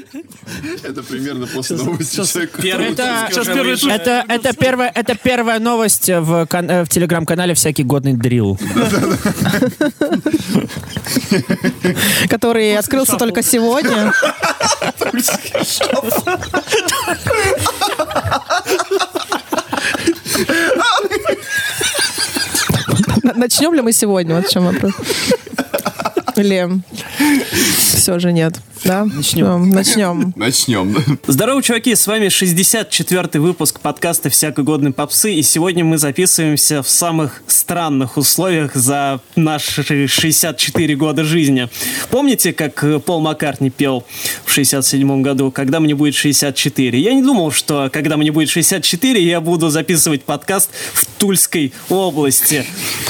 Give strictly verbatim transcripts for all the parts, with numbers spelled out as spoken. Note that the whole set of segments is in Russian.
Это примерно после новости человека. Это, это, первая, это первая новость в, в телеграм-канале «Всякий годный дрил». Который открылся только сегодня. Начнем ли мы сегодня? Вот в чем вопрос. Или все же нет? Да? Начнем. Начнем. Начнем. Здорово, чуваки, с вами шестьдесят четвёртый выпуск подкаста «Всякой годной попсы», и сегодня мы записываемся в самых странных условиях за наши шестьдесят четыре года жизни. Помните, как Пол Маккартни пел в шестьдесят седьмом году «Когда мне будет шестьдесят четыре»? Я не думал, что когда мне будет шестьдесят четыре, я буду записывать подкаст в Тульской области.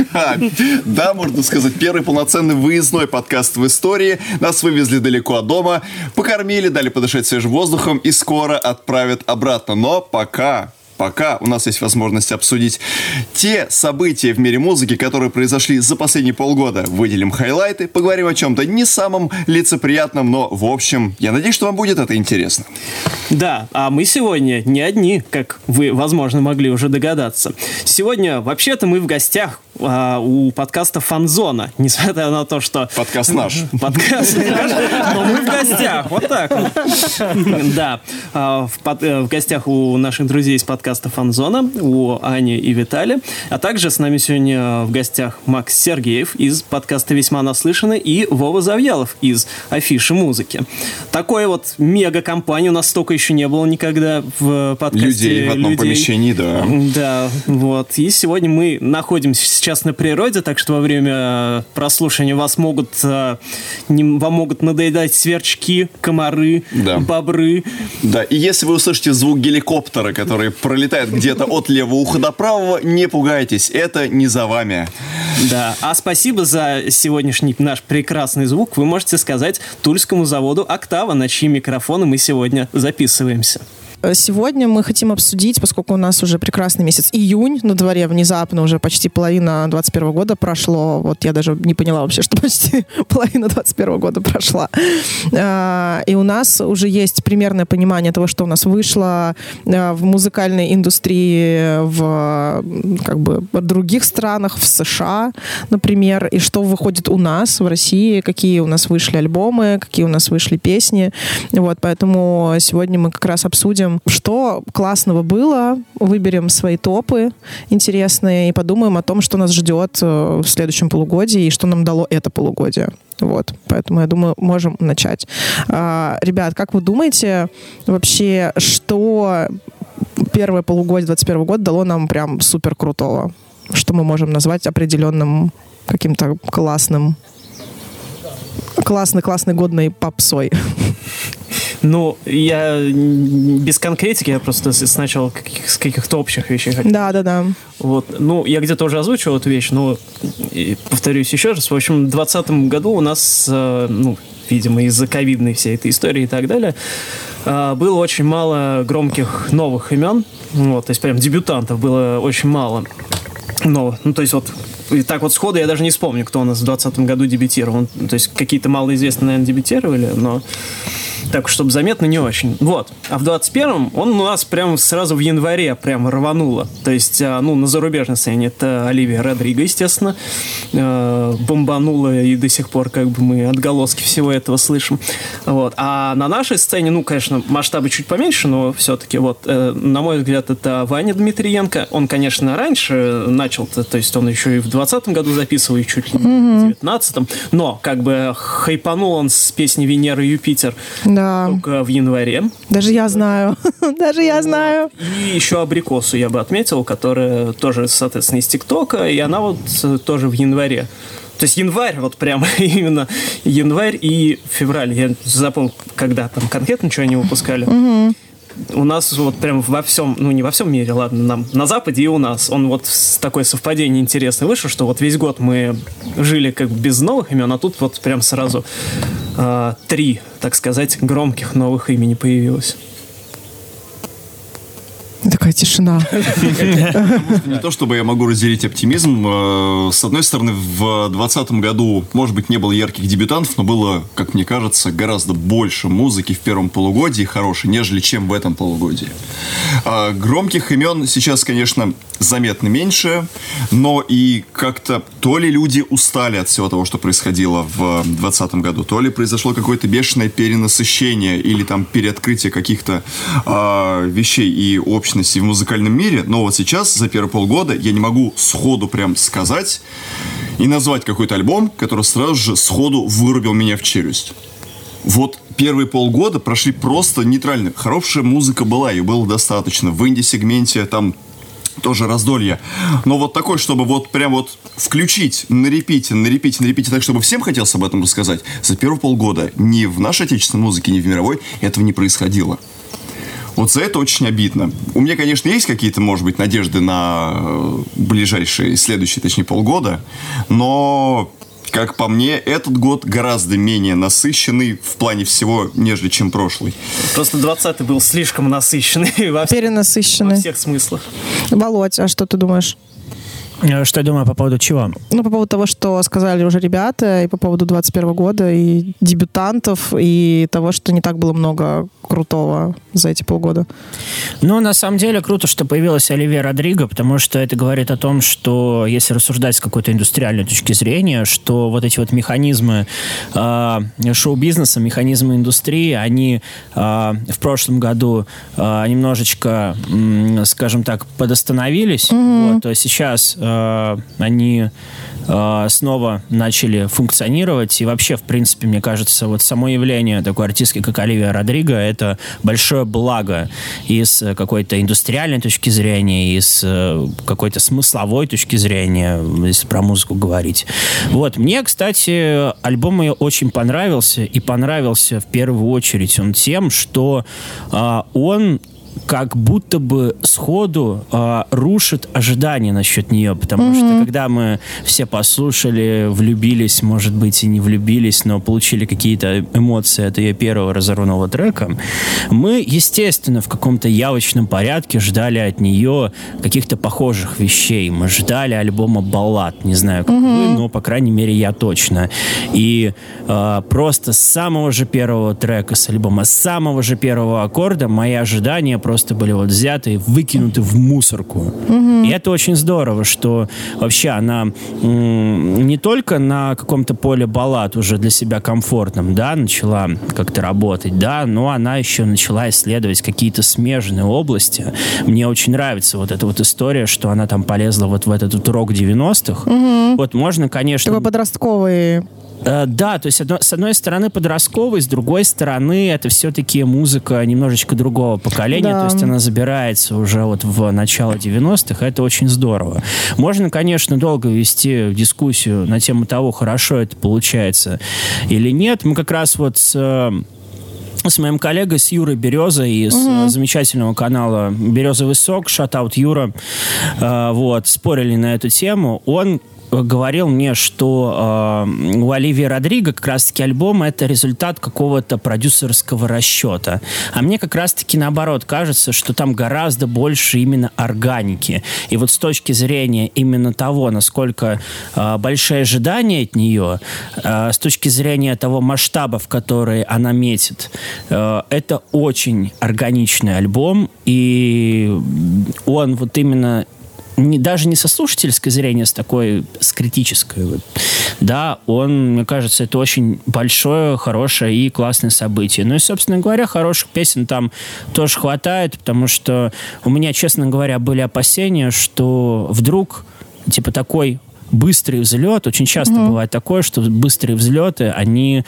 Да, можно сказать, первый полноценный выездной подкаст в истории. Нас вывезли далеко от дома, покормили, дали подышать свежим воздухом и скоро отправят обратно. Но пока... Пока у нас есть возможность обсудить те события в мире музыки, которые произошли за последние полгода. Выделим хайлайты, поговорим о чем-то не самом лицеприятном, но в общем, я надеюсь, что вам будет это интересно. Да, а мы сегодня не одни, как вы, возможно, могли уже догадаться. Сегодня, вообще-то, мы в гостях а, у подкаста «Фанзона», несмотря на то, что... Подкаст наш. Подкаст наш, но мы в гостях, вот так вот. Да, в гостях у наших друзей из подкаста «Фанзона», у Ани и Виталия, а также с нами сегодня в гостях Макс Сергеев из подкаста «Весьма наслышаны» и Вова Завьялов из «Афиши музыки». Такой вот мега-компании у нас столько еще не было никогда в подкасте. Людей в одном людей. помещении, да. Да, вот. И сегодня мы находимся сейчас на природе, так что во время прослушивания вас могут, не, вам могут надоедать сверчки, комары, да. бобры. Да, и если вы услышите звук геликоптера, который пролетает где-то от левого уха до правого, не пугайтесь, это не за вами. Да, а спасибо за сегодняшний наш прекрасный звук вы можете сказать тульскому заводу «Октава», на чьи микрофоны мы сегодня записываемся. Сегодня мы хотим обсудить, поскольку у нас уже прекрасный месяц июнь на дворе, внезапно уже почти половина двадцать первого года прошло. Вот я даже не поняла вообще, что почти половина двадцать первого года прошла. И у нас уже есть примерное понимание того, что у нас вышло в музыкальной индустрии в как бы в других странах, в США, например, и что выходит у нас в России, какие у нас вышли альбомы, какие у нас вышли песни. Вот, поэтому сегодня мы как раз обсудим, что классного было, выберем свои топы интересные и подумаем о том, что нас ждет в следующем полугодии и что нам дало это полугодие. Вот, поэтому, я думаю, можем начать. А, ребят, как вы думаете вообще, что первое полугодие двадцать первого года дало нам прям супер крутого? Что мы можем назвать определенным каким-то классным, классной-классной годной попсой? Ну, я без конкретики, я просто сначала каких, с каких-то общих вещей хочу. Да, да, да. Вот, ну, я где-то уже озвучил эту вещь, но повторюсь еще раз. В общем, в двадцатом году у нас, ну, видимо, из-за ковидной всей этой истории и так далее, было очень мало громких новых имен. Вот, то есть прям дебютантов было очень мало. Но, ну, то есть вот и так вот сходу я даже не вспомню, кто у нас в двадцатом году дебютировал. То есть какие-то малоизвестные, наверное, дебютировали, но так, чтобы заметно, не очень. Вот. А в двадцать первом он у нас прям сразу в январе прям рвануло. То есть, ну, на зарубежной сцене это Оливия Родриго, естественно, бомбануло, и до сих пор как бы мы отголоски всего этого слышим. Вот. А на нашей сцене, ну, конечно, масштабы чуть поменьше, но все-таки, вот, на мой взгляд, это Ваня Дмитриенко. Он, конечно, раньше начал, то есть он еще и в двадцатом году записывал, и чуть ли не в девятнадцатом, но как бы хайпанул он с песней «Венера и Юпитер». Да. Только в январе. Даже я знаю. Даже я знаю. И еще Абрикосу я бы отметил, которая тоже, соответственно, из ТикТока, и она вот тоже в январе. То есть январь, вот прям именно январь и февраль. Я запомнил, когда там конкретно что они выпускали. Угу. У нас вот прям во всем, ну не во всем мире, ладно, нам на Западе и у нас, он вот такое совпадение интересное вышло, что вот весь год мы жили как бы без новых имен, а тут вот прям сразу э, три, так сказать, громких новых имени появилось. Так Какая тишина. Не то, чтобы я могу разделить оптимизм. С одной стороны, в двадцатом году, может быть, не было ярких дебютантов, но было, как мне кажется, гораздо больше музыки в первом полугодии хорошей, нежели чем в этом полугодии. Громких имен сейчас, конечно, заметно меньше, но и как-то то ли люди устали от всего того, что происходило в двадцатом году, то ли произошло какое-то бешеное перенасыщение или там переоткрытие каких-то э, вещей и общностей в музыкальном мире, но вот сейчас, за первые полгода, я не могу сходу прям сказать и назвать какой-то альбом, который сразу же сходу вырубил меня в челюсть. Вот первые полгода прошли просто нейтрально. Хорошая музыка была, ее было достаточно. В инди-сегменте там тоже раздолье. Но вот такой, чтобы вот прям вот включить на репите, на репите, на репите, так, чтобы всем хотелось об этом рассказать, за первые полгода ни в нашей отечественной музыке, ни в мировой этого не происходило. Вот за это очень обидно. У меня, конечно, есть какие-то, может быть, надежды на ближайшие, следующие, точнее, полгода, но, как по мне, этот год гораздо менее насыщенный в плане всего, нежели чем прошлый. Просто двадцатый был слишком насыщенный во, Перенасыщенный. во всех смыслах. Володь, а что ты думаешь? Что я думаю по поводу чего? Ну, по поводу того, что сказали уже ребята, и по поводу двадцать первого года, и дебютантов, и того, что не так было много крутого за эти полгода. Ну, на самом деле, круто, что появилась Оливия Родриго, потому что это говорит о том, что, если рассуждать с какой-то индустриальной точки зрения, что вот эти вот механизмы э, шоу-бизнеса, механизмы индустрии, они э, в прошлом году э, немножечко, э, скажем так, подостановились. Mm-hmm. Вот, то есть сейчас э, они э, снова начали функционировать, и вообще, в принципе, мне кажется, вот само явление такой артистки, как Оливия Родриго, это большое благо и с какой-то индустриальной точки зрения, и с какой-то смысловой точки зрения, если про музыку говорить. Вот. Мне, кстати, альбом ее очень понравился, и понравился в первую очередь он тем, что э, он как будто бы сходу э, рушит ожидания насчет нее, потому mm-hmm. что когда мы все послушали, влюбились, может быть, и не влюбились, но получили какие-то эмоции от ее первого разорванного трека, мы, естественно, в каком-то явочном порядке ждали от нее каких-то похожих вещей. Мы ждали альбома баллад, не знаю, как mm-hmm. вы, но, по крайней мере, я точно. И э, просто с самого же первого трека с альбома, с самого же первого аккорда мои ожидания просто были вот взяты и выкинуты в мусорку. Mm-hmm. И это очень здорово, что вообще она м- не только на каком-то поле баллад уже для себя комфортном, да, начала как-то работать, да, но она еще начала исследовать какие-то смежные области. Мне очень нравится вот эта вот история, что она там полезла вот в этот вот рок девяностых. Mm-hmm. Вот можно, конечно... Такой подростковый... Uh, да, то есть одно, с одной стороны подростковый, с другой стороны это все-таки музыка немножечко другого поколения, да. То есть она забирается уже вот в начало девяностых, это очень здорово. Можно, конечно, долго вести дискуссию на тему того, хорошо это получается или нет. Мы как раз вот с... с моим коллегой, с Юрой Березой из uh-huh. замечательного канала «Березовый сок», шатаут Юра, uh, вот, спорили на эту тему. Он говорил мне, что э, у Оливии Родриго как раз-таки альбом — это результат какого-то продюсерского расчета. А мне как раз-таки наоборот кажется, что там гораздо больше именно органики. И вот с точки зрения именно того, насколько э, большие ожидания от нее, э, с точки зрения того масштаба, в который она метит, э, это очень органичный альбом. И он вот именно... Не, даже не со слушательской зрения, с такой, с критической. Вот. Да, он, мне кажется, это очень большое, хорошее и классное событие. Ну и, собственно говоря, хороших песен там тоже хватает, потому что у меня, честно говоря, были опасения, что вдруг, типа, такой быстрый взлет, очень часто mm-hmm. бывает такое, что быстрые взлеты, они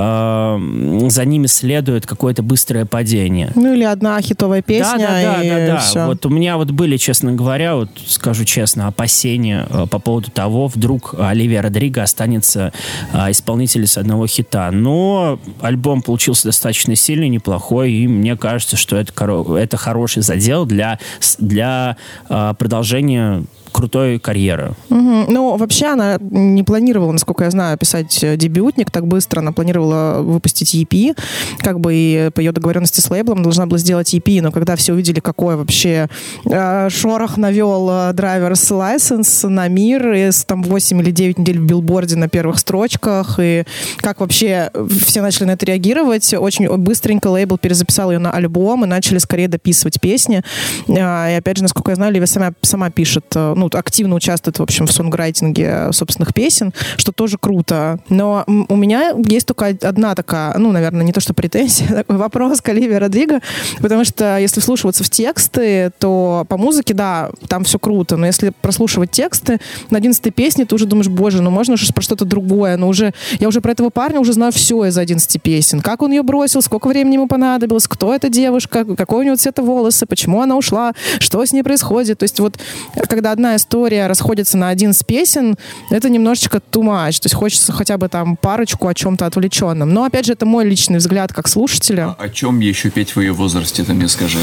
э, за ними следует какое-то быстрое падение. Ну или одна хитовая песня, да, да, и да, да, да. все. Вот у меня вот были, честно говоря, вот скажу честно, опасения э, по поводу того, вдруг Оливия Родриго останется э, исполнителем с одного хита. Но альбом получился достаточно сильный, неплохой, и мне кажется, что это, коро- это хороший задел для, для э, продолжения крутой карьеры. Угу. Ну, вообще она не планировала, насколько я знаю, писать дебютник так быстро. Она планировала выпустить и пи, как бы и по ее договоренности с лейблом должна была сделать и пи, но когда все увидели, какой вообще э, шорох навел э, Driver's License на мир, и там восемь или девять недель в билборде на первых строчках, и как вообще все начали на это реагировать, очень быстренько лейбл перезаписал ее на альбом, и начали скорее дописывать песни. Э, и опять же, насколько я знаю, Оливия сама, сама пишет, э, ну, активно участвует, в общем, в сонграйтинге собственных песен, что тоже круто. Но у меня есть только одна такая, ну, наверное, не то что претензия, такой вопрос к Оливии Родриго, потому что если вслушиваться в тексты, то по музыке, да, там все круто, но если прослушивать тексты, на одиннадцатой песне ты уже думаешь, боже, ну можно же про что-то другое, но уже, я уже про этого парня уже знаю все из одиннадцати песен. Как он ее бросил, сколько времени ему понадобилось, кто эта девушка, какой у него цвета волосы, почему она ушла, что с ней происходит. То есть вот, когда одна история расходится на одиннадцать песен, это немножечко too much. То есть хочется хотя бы там парочку о чем-то отвлеченном. Но, опять же, это мой личный взгляд как слушателя. А о чем еще петь в ее возрасте, ты мне скажи?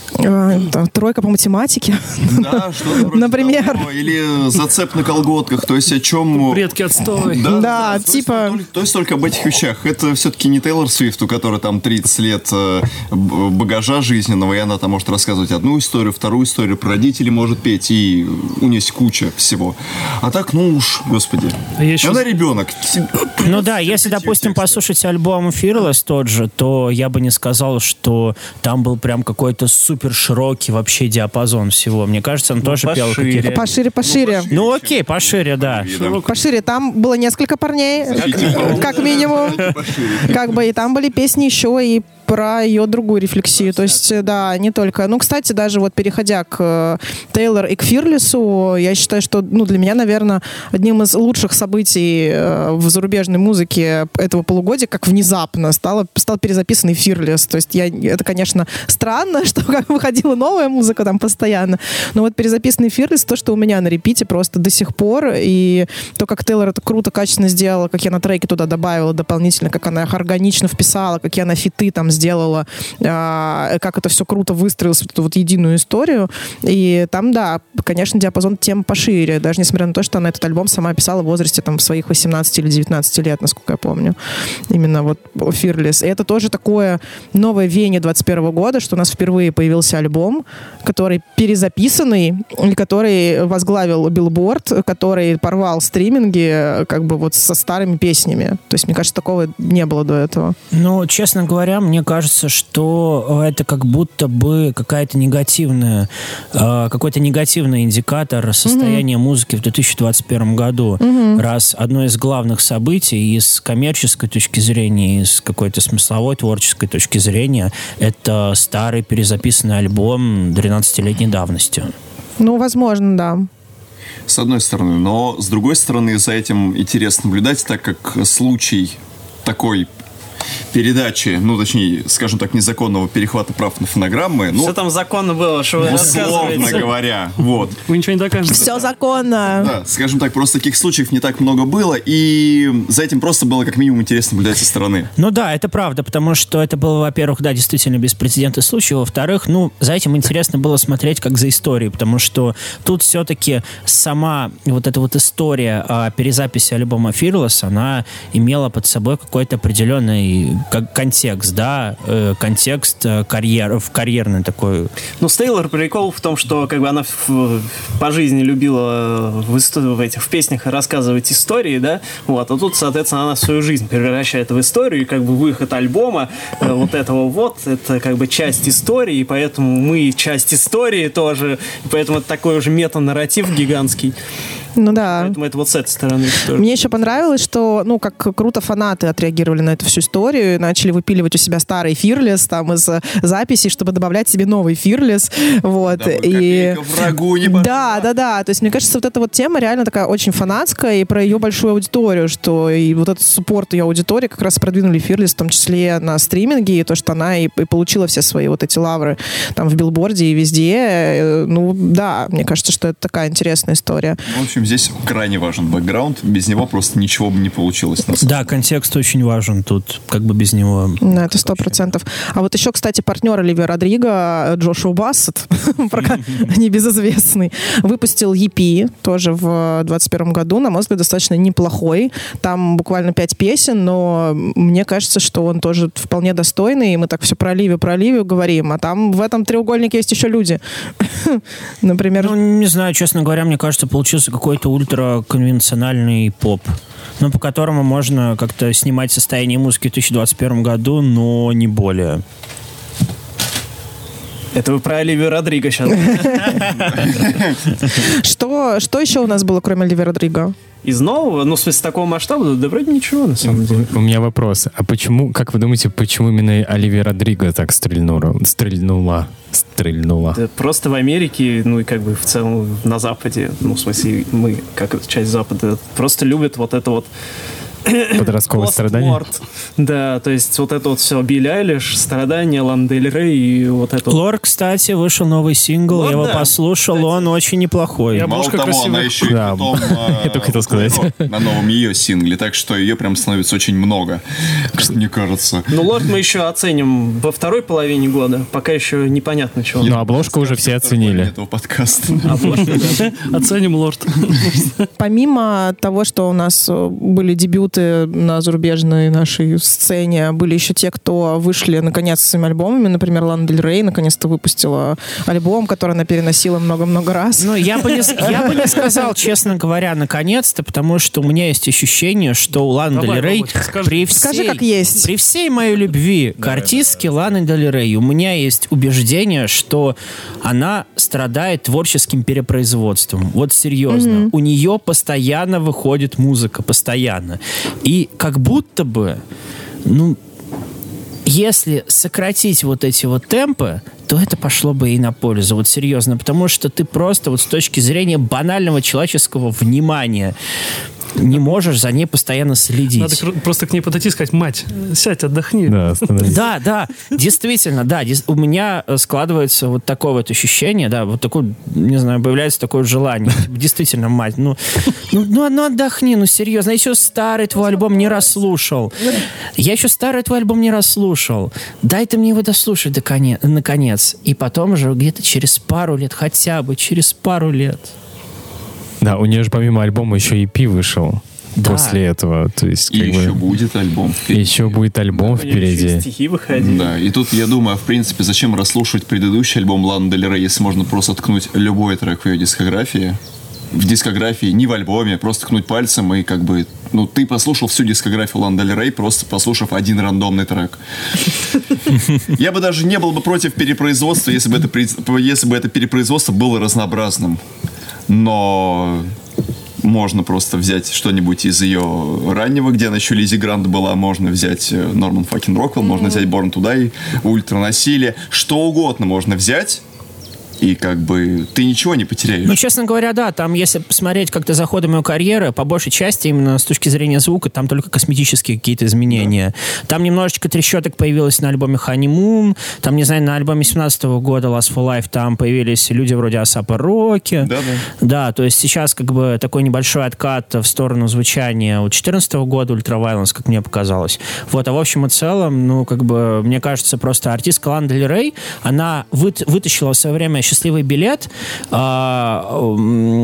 Э, там, тройка по математике. Да, что-то вроде Например. того. Или зацеп на колготках. То есть о чем... Предки отстой. Да, Да, то типа- есть, то есть только об этих вещах. Это все-таки не Тейлор Свифт, у которой там тридцать лет э, б- багажа жизненного, и она там может рассказывать одну историю, вторую историю, про родителей может петь, и у нее есть куча всего. А так, ну уж, господи. А я еще- Она ребенок. Ну да, если, допустим, послушать альбом Fearless тот же, то я бы не сказал, что там был прям какой-то супер широкий вообще диапазон всего. Мне кажется, он тоже пел пошире. каких-то... Пошире, пошире. Ну окей, пошире, да. Пошире. Там было несколько парней, как минимум. Как бы и там были песни еще и про ее другую рефлексию. То есть, да, не только. Ну, кстати, даже вот переходя к э, Тейлор и к Фирлесу, я считаю, что, ну, для меня, наверное, одним из лучших событий э, в зарубежной музыке этого полугодия, как внезапно стало, стал перезаписанный Фирлес. То есть, я, это, конечно, странно, что как выходила новая музыка там постоянно, но вот перезаписанный Фирлес, то, что у меня на репите просто до сих пор, и то, как Тейлор это круто, качественно сделала, как я на треки туда добавила дополнительно, как она их органично вписала, как я на фиты там сделала, а, как это все круто выстроилось в эту вот единую историю. И там, да, конечно, диапазон тем пошире, даже несмотря на то, что она этот альбом сама писала в возрасте там своих восемнадцати или девятнадцати лет, насколько я помню. Именно вот Fearless. И это тоже такое новое веяние двадцать первого года, что у нас впервые появился альбом, который перезаписанный, который возглавил Billboard, который порвал стриминги как бы вот со старыми песнями. То есть, мне кажется, такого не было до этого. Ну, честно говоря, мне кажется, что это как будто бы какая-то негативная, э, какой-то негативный индикатор состояния mm-hmm. музыки в две тысячи двадцать первом году. Mm-hmm. Раз одно из главных событий и с коммерческой точки зрения, и с какой-то смысловой, творческой точки зрения, это старый перезаписанный альбом тринадцатилетней давности. Ну, возможно, да. С одной стороны. Но, с другой стороны, за этим интересно наблюдать, так как случай такой передачи, ну, точнее, скажем так, незаконного перехвата прав на фонограммы. Ну, все там законно было, что вы условно рассказываете. говоря. Вот. Вы ничего не докажете. Все законно. Да, скажем так, просто таких случаев не так много было, и за этим просто было как минимум интересно наблюдать со стороны. Ну да, это правда, потому что это было, во-первых, да, действительно беспрецедентный случай, во-вторых, ну, за этим интересно было смотреть как за историей, потому что тут все-таки сама вот эта вот история о перезаписи альбома Fearless, она имела под собой какой-то определенный как контекст, да, э, контекст э, карьер, в карьерный такой. Ну, с Тейлор прикол в том, что как бы она в, по жизни любила в, в этих в песнях рассказывать истории, да, вот, а тут, соответственно, она свою жизнь превращает в историю, и как бы выход альбома э, вот этого вот, это как бы часть истории, и поэтому мы часть истории тоже, и поэтому это такой уже мета-нарратив гигантский. Ну да. Поэтому это вот с этой стороны. Тоже. Мне еще понравилось, что, ну, как круто фанаты отреагировали на эту всю историю, начали выпиливать у себя старый Fearless там из записей, чтобы добавлять себе новый Fearless, вот. И... врагу не да, да, да. То есть, мне кажется, вот эта вот тема реально такая очень фанатская, и про ее большую аудиторию, что и вот этот суппорт ее аудитории как раз продвинули Fearless, в том числе на стриминге, и то, что она и, и получила все свои вот эти лавры там в билборде и везде. Ну, да, мне кажется, что это такая интересная история. В общем, общем, здесь крайне важен бэкграунд. Без него просто ничего бы не получилось. Да, контекст очень важен тут. Как бы без него... Да, это сто процентов. А вот еще, кстати, партнер Оливия Родриго, Джошуа Бассет, небезызвестный, выпустил и пи тоже в двадцать первом году. На мой взгляд, достаточно неплохой. Там буквально пять песен, но мне кажется, что он тоже вполне достойный. И мы так все про Оливию, про Оливию говорим. А там в этом треугольнике есть еще люди. Например... Ну, не знаю, честно говоря, мне кажется, получился какой-то ультраконвенциональный поп. Ну, по которому можно как-то снимать состояние музыки в две тысячи двадцать первом году, но не более. Это вы про Оливию Родриго сейчас. Что, что еще у нас было, кроме Оливии Родриго? Из нового? Ну, в смысле, такого масштаба? Да вроде ничего, на самом деле. У меня вопрос. А почему, как вы думаете, почему именно Оливия Родриго так стрельнула? Стрельнула? Стрельнула? Да просто в Америке, ну и как бы в целом на Западе, ну, в смысле, мы, как часть Запада, просто любят вот это вот подростковое страдание. Да, то есть вот это вот все Билли Айлиш, страдания, Лана Дель Рей и вот это. Лор, кстати, вышел новый сингл, Лор, я его да. послушал, кстати, он очень неплохой. И мало того, красивая. Она еще и да. потом я только хотел сказать. На новом ее сингле, так что ее прям становится очень много, мне кажется. Ну, Лорд мы еще оценим во второй половине года, пока еще непонятно, чего. Ну, обложку уже все оценили. Этого подкаста. Оценим Лорд. Помимо того, что у нас были дебюты на зарубежной нашей сцене, были еще те, кто вышли наконец с своими альбомами. Например, Лана Дель Рей наконец-то выпустила альбом, который она переносила много-много раз. Ну, я бы не, я бы не сказал, честно говоря, наконец-то, потому что у меня есть ощущение, что у Ланы Дель Рей при всей, скажи, как есть. При всей моей любви к артистке Ланы Дель Рей, у меня есть убеждение, что она страдает творческим перепроизводством. Вот серьезно. Mm-hmm. У нее постоянно выходит музыка, постоянно. И как будто бы, ну, если сократить вот эти вот темпы, то это пошло бы и на пользу, вот серьезно, потому что ты просто вот с точки зрения банального человеческого внимания не можешь за ней постоянно следить. Надо просто к ней подойти и сказать: мать, сядь, отдохни. Да, да, да, действительно, да. У меня складывается вот такое вот ощущение, да, вот такое, не знаю, появляется такое желание. Действительно, мать, ну, ну, ну, ну отдохни, ну серьезно. Я еще старый твой альбом не расслушал. Я еще старый твой альбом не расслушал. Дай ты мне его дослушать до конец, наконец. И потом уже где-то через пару лет, хотя бы через пару лет. Да, у нее же помимо альбома еще и пи вышел да. после этого. То есть, и как еще бы, будет альбом впереди. Еще будет альбом да, впереди. Стихи выходили. Да, и тут я думаю, в принципе, зачем расслушивать предыдущий альбом Ланы Дель Рей, если можно просто ткнуть любой трек в ее дискографии. В дискографии, не в альбоме, просто ткнуть пальцем и как бы... Ну, ты послушал всю дискографию Ланы Дель Рей, просто послушав один рандомный трек. Я бы даже не был бы против перепроизводства, если бы это, если бы это перепроизводство было разнообразным. Но можно просто взять что-нибудь из ее раннего, где она еще Лизи Грант была, можно взять Норман Факин Роквелл, mm-hmm. можно взять Born to Die, Ультранасилие, что угодно можно взять. И как бы ты ничего не потеряешь. Ну, честно говоря, да, там, если посмотреть как-то за ходом ее карьеры, по большей части, именно с точки зрения звука, там только косметические какие-то изменения. Да. Там немножечко трещоток появилось на альбоме Honeymoon, там, не знаю, на альбоме семнадцатого года Last for Life там появились люди вроде Асапа Роки. Да, да. Да, то есть сейчас как бы такой небольшой откат в сторону звучания у четырнадцатого года Ultraviolence, как мне показалось. Вот, а в общем и целом, ну, как бы, мне кажется, просто артистка Лана Дель Рей, она вы, вытащила в свое время счастливый билет а,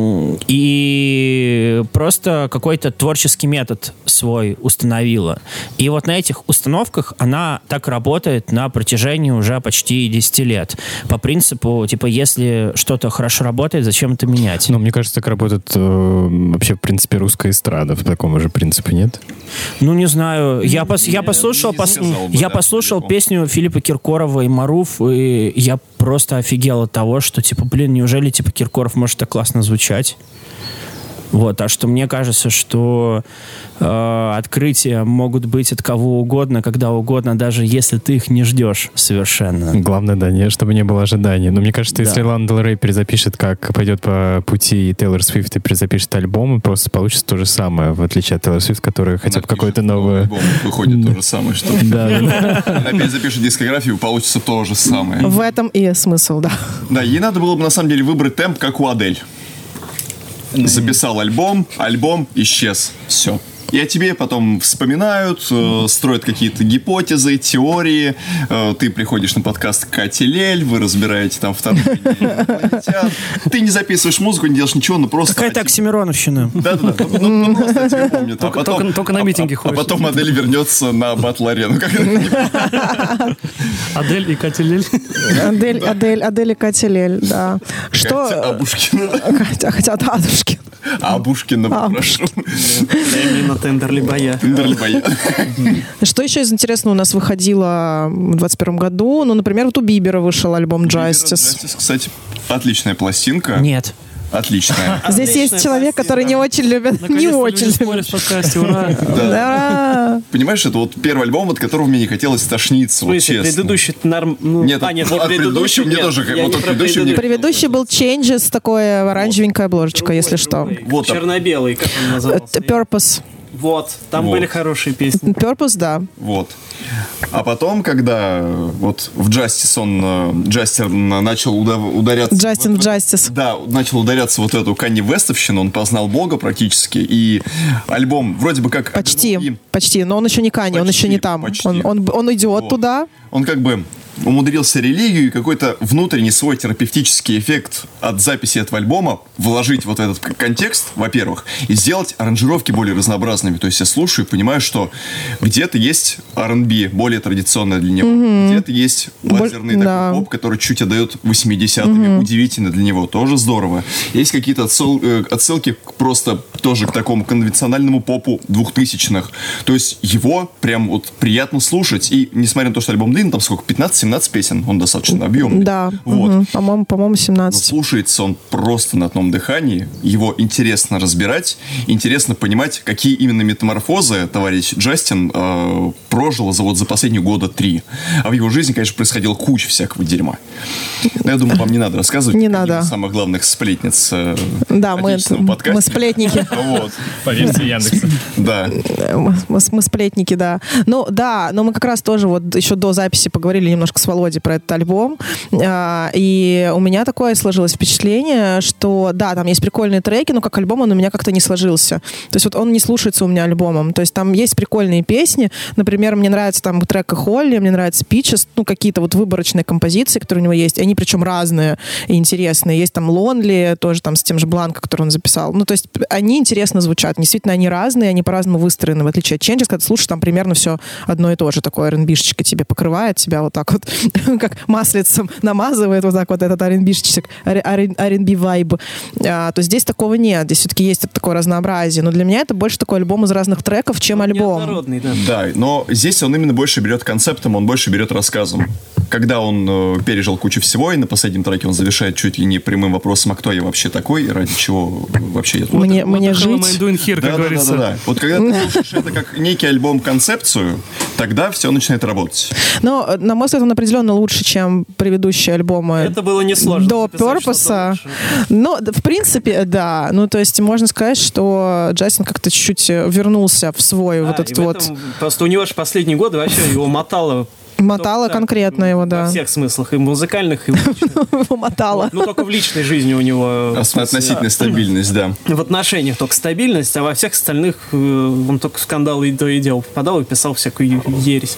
и просто какой-то творческий метод свой установила. И вот на этих установках она так работает на протяжении уже почти десять лет. По принципу, типа, если что-то хорошо работает, зачем это менять? Ну, мне кажется, так работает э, вообще, в принципе, русская эстрада. В таком же принципе, нет? Ну, не знаю. Я, пос, я послушал, пос, бы, я да, послушал далеко. песню Филиппа Киркорова и Маруф, и я просто офигел от того, что, типа, блин, неужели, типа, Киркоров может так классно звучать? Вот, а что мне кажется, что э, открытия могут быть от кого угодно, когда угодно, даже если ты их не ждешь совершенно. Главное, да, не, чтобы не было ожиданий. Но мне кажется, да. если Лана Дель Рей перезапишет, как пойдет по пути Тейлор Свифт и перезапишет альбом, просто получится то же самое, в отличие от Тейлор Свифт, которая хотя бы какой-то новый... Альбом выходит то же самое, что... Да. Она перезапишет дискографию, получится то же самое. В этом и смысл, да. Да, ей надо было бы, на самом деле, выбрать темп, как у Адель. записал альбом, альбом исчез. Все. И о тебе потом вспоминают, э, строят какие-то гипотезы, теории. Э, ты приходишь на подкаст Кати Лель, вы разбираете там вторжение инопланетян. Ты не записываешь музыку, не делаешь ничего, но просто... Какая-то оксимироновщина. Да-да-да. Ну, ну, просто о тебе помнят. А Только- потом- только- только на а- митинги а- ходишь. А потом модель вернется на батл-арену. Адель и Катя Лель. Адель, Адель, Адель и Катя Лель, да. Катя Что... Абушкина. Хотя, хотя Адушкин. Абушкина, попрошу. Именно Тендерли Боя. Тендерли Боя. Что еще из интересного у нас выходило в двадцать первом году? Ну, например, вот у Бибера вышел альбом Justice. Justice, кстати, отличная пластинка. Нет. Отличная. Здесь Отличная есть человек, который не очень любит, не Наконец-то очень люди спорят любит. в подкасте, ура. Да. Понимаешь, это вот первый альбом, от которого мне не хотелось тошниться, В вот смысле, честно. предыдущий норм... ну, Нет, а, нет, от- вот от предыдущего мне нет, тоже как- я вот не от про предыдущего мне- Предыдущий был Changes, такой оранжевенькая обложечка, если что. Другой, Вот, а- черно-белый, как он назывался? Это Purpose. Вот, там Вот. были хорошие песни. Purpose, да. Вот. А потом, когда э, вот в Justice он, э, Джастер н- начал уда- ударяться... Justin вот в- Justice. Да, начал ударяться вот эту Канни Вестовщину, он познал Бога практически, и альбом вроде бы как... Почти, и почти, но он еще не Канье, он Почти, еще не там. почти. Он, он, он идет Вот. туда. Он как бы умудрился религию и какой-то внутренний свой терапевтический эффект от записи этого альбома вложить вот в этот к- контекст, во-первых, и сделать аранжировки более разнообразными. То есть я слушаю и понимаю, что где-то есть ар энд би, более традиционное для него, где-то есть лазерный Боль- такой да. поп, который чуть отдает восьмидесятыми, удивительно для него, тоже здорово. Есть какие-то отсыл- э, отсылки к просто тоже к такому конвенциональному попу двухтысячных. То есть его прям вот приятно слушать. И несмотря на то, что альбом длинный, там сколько, пятнадцать-семнадцать песен, он достаточно объемный. Да, Вот. мгм. по-моему, по-моему, Но семнадцать. слушается он просто на одном дыхании. Его интересно разбирать, интересно понимать, какие именно метаморфозы товарищ Джастин э, прожил за, вот, за последние года три. А в его жизни, конечно, происходило куча всякого дерьма. Но я думаю, вам не надо рассказывать. Не как одним надо. из самых главных сплетниц э, Да, мы, отечественного подкаста. мы сплетники. Вот, По версии Яндекса. да. Мы, мы- мы сплетники, да. Ну, да, но мы как раз тоже вот еще до записи поговорили немножко с Володей про этот альбом. А, и у меня такое сложилось впечатление, что, да, там есть прикольные треки, но как альбом он у меня как-то не сложился. То есть вот он не слушается у меня альбомом. То есть там есть прикольные песни. Например, мне нравится там трек «Холли», мне нравится «Peaches», ну, какие-то вот выборочные композиции, которые у него есть. Они причем разные и интересные. Есть там «Lonely», тоже там с тем же Бланко, который он записал. Ну, то есть они интересно звучат. Действительно, они разные, они по-разному выстроены, в отличие от Changes, когда ты слушаешь, там примерно все одно и то же. Такое ар энд би-шечка тебе покрывает, тебя вот так вот, как маслицем намазывает вот так вот этот ар энд би-шечек, ар энд би-вайб. А, то здесь такого нет. Здесь все-таки есть такое разнообразие. Но для меня это больше такой альбом из разных треков, чем альбом. Неоднородный, да. Да, но здесь он именно больше берет концептом, он больше берет рассказом. Когда он э, пережил кучу всего, и на последнем треке он завершает чуть ли не прямым вопросом, а кто я вообще такой, и ради чего вообще я тут. Мне, Вот мне the hell am I жить... doing here, как Да, да, да, говорится. да, да. Вот когда ты слушаешь это как некий альбом-концепцию, тогда все начинает работать. Но, э, на мой взгляд, он определенно лучше, чем предыдущие альбомы. Это было несложно. До записать что-то Purpose. лучше. Ну, да, в принципе, да. Ну, то есть можно сказать, что Джастин как-то чуть-чуть э, вернулся в свой вот Да, этот и в вот... этом просто у него же последние годы вообще его мотало. Мотало только так, конкретно его, да. Во всех смыслах, и музыкальных, и в личных. Его мотало. Ну, только в личной жизни у него... в смысле, Относительная стабильность, да. В отношениях только стабильность, а во всех остальных э, он только в скандалы и то и дело попадал и писал всякую е- ересь.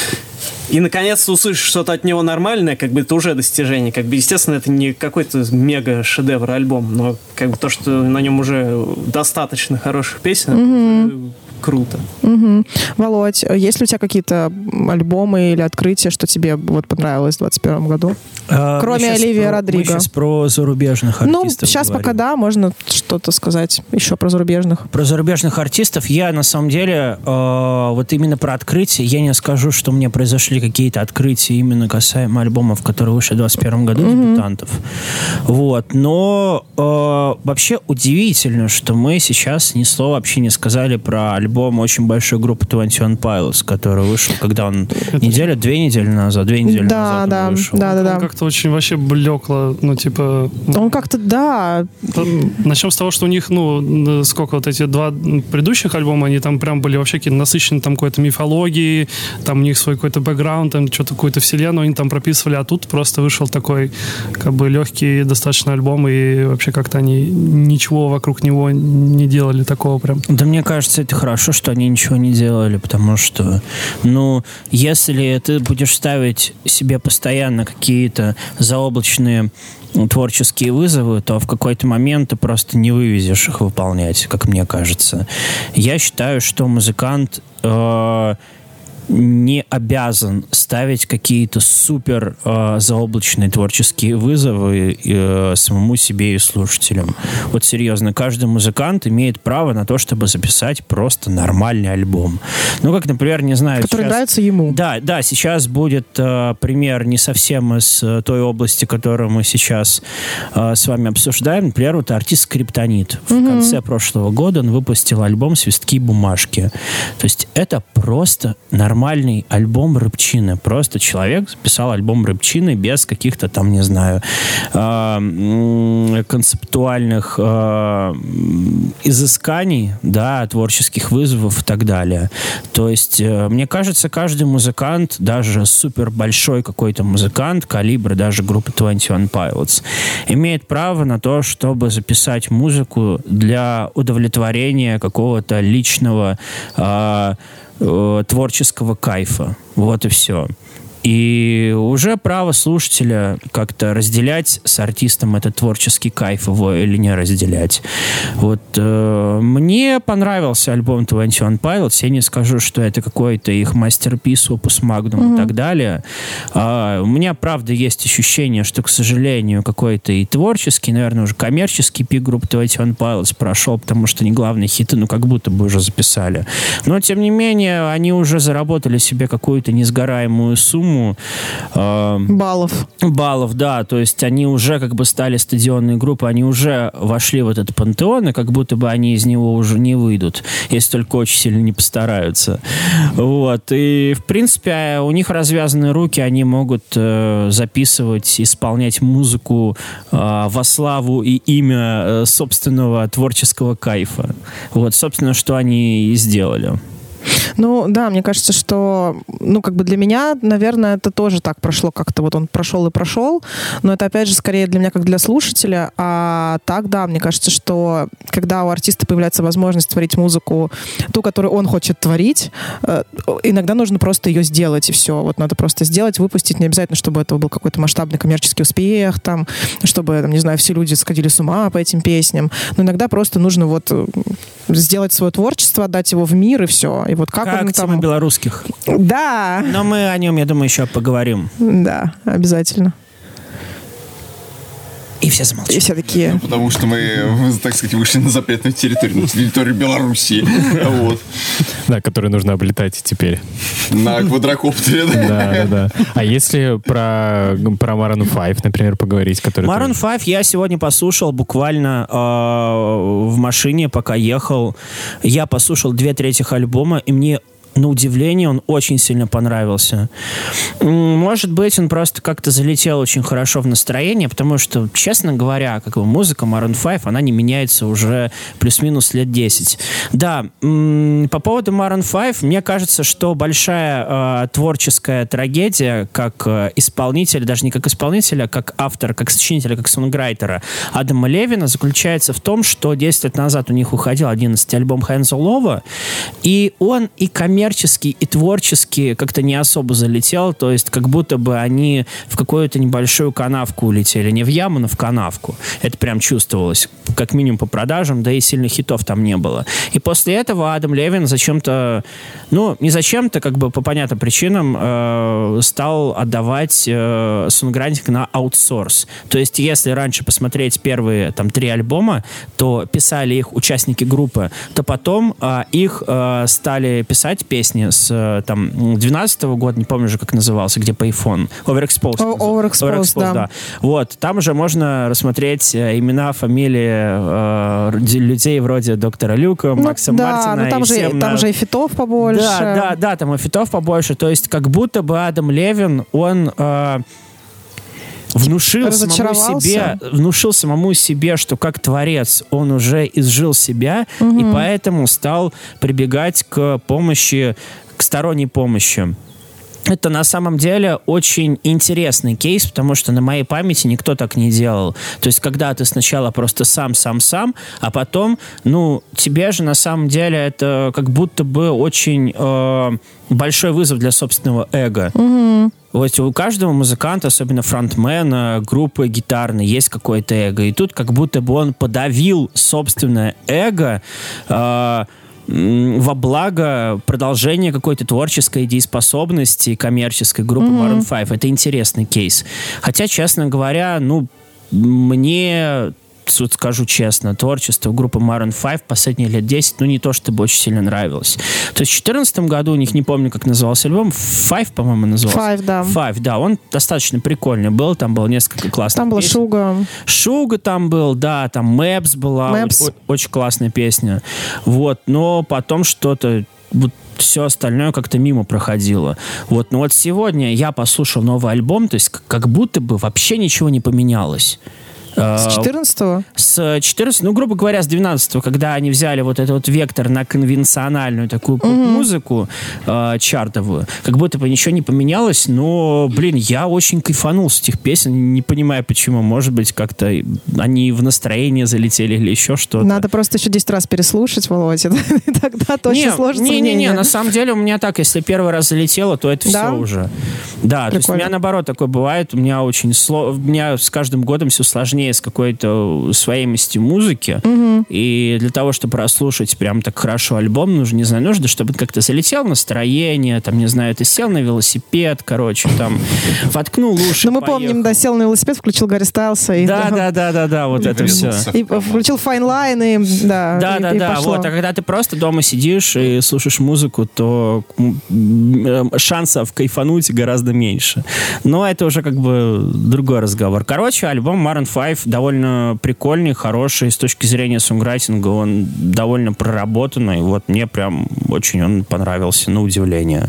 И, наконец-то, услышишь что-то от него нормальное, как бы это уже достижение. Как бы, естественно, это не какой-то мега-шедевр альбом, но как бы то, что на нем уже достаточно хороших песен, это уже круто. Мгм. Володь, есть ли у тебя какие-то альбомы или открытия, что тебе вот понравилось в двадцать первом году? А, Кроме мы щас Оливии про- Родриго. Мы сейчас про зарубежных Ну, артистов сейчас говорим. пока да, можно что-то сказать еще про зарубежных. Про зарубежных артистов я, на самом деле, э, вот именно про открытие, я не скажу, что мне произошли какие-то открытия именно касаемо альбомов, которые вышли в двадцать первом году, дебютантов. Вот. Но э, вообще удивительно, что мы сейчас ни слова вообще не сказали про альбом альбом очень большой группы двадцать один Pilots, который вышел, когда он неделю, две недели назад, две недели да, назад да, он вышел. Да, да, да. Он как-то очень вообще блекло, ну, типа... Он как-то, да... Начнем с того, что у них, ну, сколько вот эти два предыдущих альбома, они там прям были вообще какие-то насыщены там какой-то мифологией, там у них свой какой-то бэкграунд, там что-то какую-то вселенную они там прописывали, а тут просто вышел такой, как бы, легкий достаточно альбом, и вообще как-то они ничего вокруг него не делали такого прям. Да мне кажется, это хорошо, что они ничего не делали, потому что, ну, если ты будешь ставить себе постоянно какие-то заоблачные творческие вызовы, то в какой-то момент ты просто не вывезешь их выполнять, как мне кажется. Я считаю, что музыкант э, не обязан ставить какие-то супер э, заоблачные творческие вызовы э, самому себе и слушателям. Вот серьезно, каждый музыкант имеет право на то, чтобы записать просто нормальный альбом. Ну, как, например, не знаю... Который сейчас... нравится ему. Да, да, сейчас будет э, пример не совсем из э, той области, которую мы сейчас э, с вами обсуждаем. Например, вот артист Скриптонит. В mm-hmm. конце прошлого года он выпустил альбом «Свистки и бумажки». То есть это просто нормальный альбом Рыбчины. Просто человек записал альбом Рыбчины без каких-то там, не знаю, э, концептуальных э, изысканий, да, творческих вызовов и так далее. То есть, э, мне кажется, каждый музыкант, даже супер большой какой-то музыкант, калибра даже группы двадцать один Pilots, имеет право на то, чтобы записать музыку для удовлетворения какого-то личного э, творческого кайфа. Вот и все. И уже право слушателя как-то разделять с артистом этот творческий кайф его или не разделять. Вот э, мне понравился альбом двадцать один Pilots. Я не скажу, что это какой-то их мастерпис, опус магнум mm-hmm. и так далее. А, у меня, правда, есть ощущение, что, к сожалению, какой-то и творческий, наверное, уже коммерческий пик группы двадцать один Pilots прошел, потому что они главные хиты, ну, как будто бы уже записали. Но, тем не менее, они уже заработали себе какую-то несгораемую сумму Э, баллов. Баллов, да. То есть они уже как бы стали стадионной группой, они уже вошли в этот пантеон, и как будто бы они из него уже не выйдут, если только очень сильно не постараются. Вот. И, в принципе, у них развязаны руки, они могут э, записывать, исполнять музыку э, во славу и имя э, собственного творческого кайфа. Вот, собственно, что они и сделали. Ну, да, мне кажется, что, ну, как бы для меня, наверное, это тоже так прошло, как-то вот он прошел и прошел, но это, опять же, скорее для меня, как для слушателя, а так, да, мне кажется, что когда у артиста появляется возможность творить музыку, ту, которую он хочет творить, иногда нужно просто ее сделать, и все, вот надо просто сделать, выпустить, не обязательно, чтобы это был какой-то масштабный коммерческий успех, там, чтобы, там, не знаю, все люди сходили с ума по этим песням, но иногда просто нужно вот сделать свое творчество, отдать его в мир, и все. И вот как, как он тема там... белорусских. Да. Но мы о нем, я думаю, еще поговорим. Да, обязательно. И все замолчали. И все такие... Ну, потому что мы, так сказать, вышли на запретную территорию, на территорию Белоруссии. Вот. Да, которую нужно облетать теперь. На квадрокоптере. Да, да, да. А если про, про Maroon пять, например, поговорить, который... Maroon пять я сегодня послушал буквально э, в машине, пока ехал. Я послушал две трети альбома, и мне на удивление, он очень сильно понравился. Может быть, он просто как-то залетел очень хорошо в настроение, потому что, честно говоря, как бы музыка Maroon пять, она не меняется уже плюс-минус лет десять. Да, по поводу Maroon пять, мне кажется, что большая э, творческая трагедия, как э, исполнителя, даже не как исполнителя, как автора, как сочинителя, как сонграйтера Адама Левина, заключается в том, что десять лет назад у них уходил одиннадцатый альбом Hands All Over, и он и коммерческий, и творчески как-то не особо залетел, то есть как будто бы они в какую-то небольшую канавку улетели. Не в яму, но в канавку. Это прям чувствовалось, как минимум по продажам, да и сильных хитов там не было. И после этого Адам Левин зачем-то, ну, не зачем-то, как бы по понятным причинам, э, стал отдавать э, сонграйтинг на аутсорс. То есть если раньше посмотреть первые там три альбома, то писали их участники группы, то потом э, их э, стали писать песни с там двенадцатого года, не помню уже, как назывался, где Payphone. Overexposed. Oh, Overexposed, Overexposed, да. да. Вот, там уже можно рассмотреть имена, фамилии э, людей вроде доктора Люка, Ну, Макса да, Мартина. ну там и же, всем там на- же и фитов побольше. Да, да, да, там и фитов побольше. То есть как будто бы Адам Левин, он... э, внушил самому Разочаровался? себе, внушил самому себе, что как творец он уже изжил себя, Мгм. и поэтому стал прибегать к помощи, к сторонней помощи. Это на самом деле очень интересный кейс, потому что на моей памяти никто так не делал. То есть, когда ты сначала просто сам-сам-сам, а потом, ну, тебе же на самом деле это как будто бы очень э, большой вызов для собственного эго. Мгм. Вот у каждого музыканта, особенно фронтмена, группы гитарной, есть какое-то эго. И тут как будто бы он подавил собственное эго э, м, во благо продолжения какой-то творческой дееспособности коммерческой группы Мгм. Maroon пять. Это интересный кейс. Хотя, честно говоря, ну, мне... Вот скажу честно, творчество группы Maroon пять последние лет десять, ну, не то чтобы очень сильно нравилось. То есть в две тысячи четырнадцатом году, у них, не помню, как назывался альбом, Five, по-моему, назывался. Five, да. Five, да, он достаточно прикольный был, там было несколько классных Там была песен. Шуга. Шуга там был, да, там Мэпс была, Мэпс. о- очень классная песня. Вот, но потом что-то... Вот, все остальное как-то мимо проходило. Вот, но вот сегодня я послушал новый альбом, то есть к- как будто бы вообще ничего не поменялось. С четырнадцатого? С четырнадцатого, ну, грубо говоря, с двенадцатого, когда они взяли вот этот вот вектор на конвенциональную такую поп-музыку э, чартовую, как будто бы ничего не поменялось, но, блин, я очень кайфанул с этих песен, не понимаю почему, может быть, как-то они в настроение залетели или еще что-то. Надо просто еще десять раз переслушать, Володя, и тогда точно Не, сложится не, не, не, мнение. на самом деле у меня так, если первый раз залетело, то это Да? все уже. Да, то есть у Прикольно. меня наоборот такое бывает, у меня очень сло... у меня с каждым годом все сложнее с какой-то усвоимостью музыки, Мгм. и для того, чтобы прослушать прям так хорошо альбом, нужно, не знаю, нужно, чтобы как-то залетел в настроение, там, не знаю, ты сел на велосипед, короче, там, воткнул уши, Ну, мы поехал. помним, да, сел на велосипед, включил Гарри Стайлса. И, Да, да, да, да, да, вот это все. И включил Fine Line, и да, Да, и, да, и да. пошло. Вот, а когда ты просто дома сидишь и слушаешь музыку, то м, м, шансов кайфануть гораздо меньше. Но это уже как бы другой разговор. Короче, альбом Maroon пять довольно прикольный, хороший. С точки зрения сонграйтинга он довольно проработанный. Вот мне прям очень он понравился, на удивление.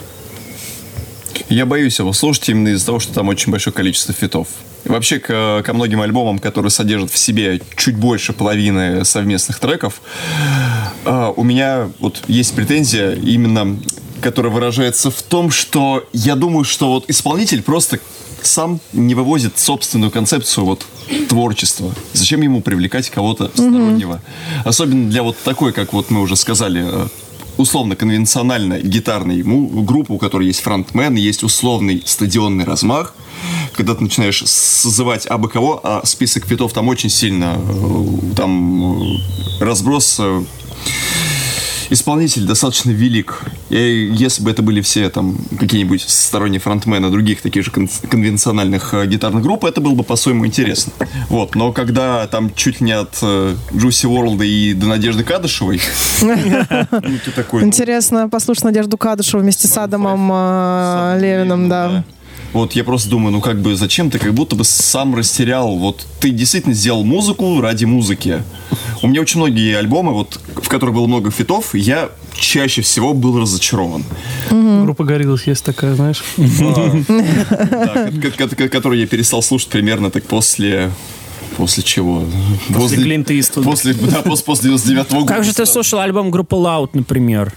Я боюсь его слушать именно из-за того, что там очень большое количество фитов. И вообще, к- ко многим альбомам, которые содержат в себе чуть больше половины совместных треков, а, у меня вот есть претензия именно, которая выражается в том, что я думаю, что вот исполнитель просто сам не вывозит собственную концепцию вот творчества. Зачем ему привлекать кого-то стороннего? Особенно для вот такой, как вот мы уже сказали, э, условно конвенциональной гитарной му- группы, у которой есть фронтмен, есть условный стадионный размах. Когда ты начинаешь созывать абы кого, а список фитов там очень сильно, э, там э, разброс э, исполнитель достаточно велик. И если бы это были все там какие-нибудь сторонние фронтмены других таких же кон- конвенциональных э, гитарных групп, это было бы по-своему интересно. Вот. Но когда там чуть ли не от э, Juicy World и до Надежды Кадышевой, ну, ты такой, ну, Интересно послушать Надежду Кадышеву вместе с Адамом э, Левином, да. Вот я просто думаю, ну как бы зачем ты как будто бы сам растерял. Вот ты действительно сделал музыку ради музыки. У меня очень многие альбомы, вот, в которых было много фитов, я чаще всего был разочарован. Группа Гориллас есть такая, знаешь. Да, ко- ко- ко- который я перестал слушать примерно так после... После чего? После Клинта Иствуда. После, да, после, после девяносто девятого года. Как же ты слушал альбом группы Loud, например?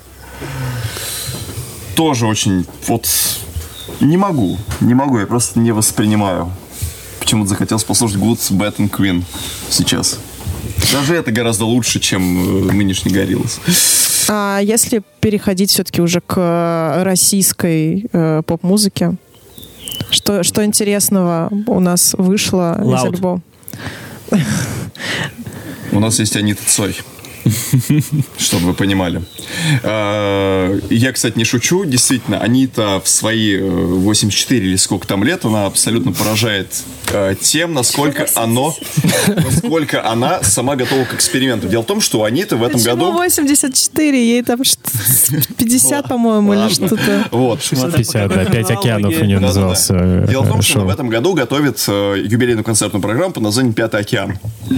Тоже очень... Вот... Не могу. Не могу, я просто не воспринимаю. Почему-то захотелось послушать Good, Bad and Queen сейчас. Даже это гораздо лучше, чем э, нынешний Гориллас. А если переходить все-таки уже к российской э, поп-музыке, что, что интересного у нас вышло из Loud. альбома? У нас есть Анита Цой. Чтобы вы понимали. Я, кстати, не шучу. Действительно, Анита в свои восемьдесят четыре или сколько там лет, она абсолютно поражает тем, насколько оно, насколько она сама готова к эксперименту. Дело в том, что у Аниты в этом Почему году... восемьдесят четыре? Ей там пятьдесят, по-моему, или что-то. Вот. пятьдесят, да, пять океанов у нее назывался. Дело в том, что она в этом году готовит юбилейную концертную программу под названием «Пятый океан».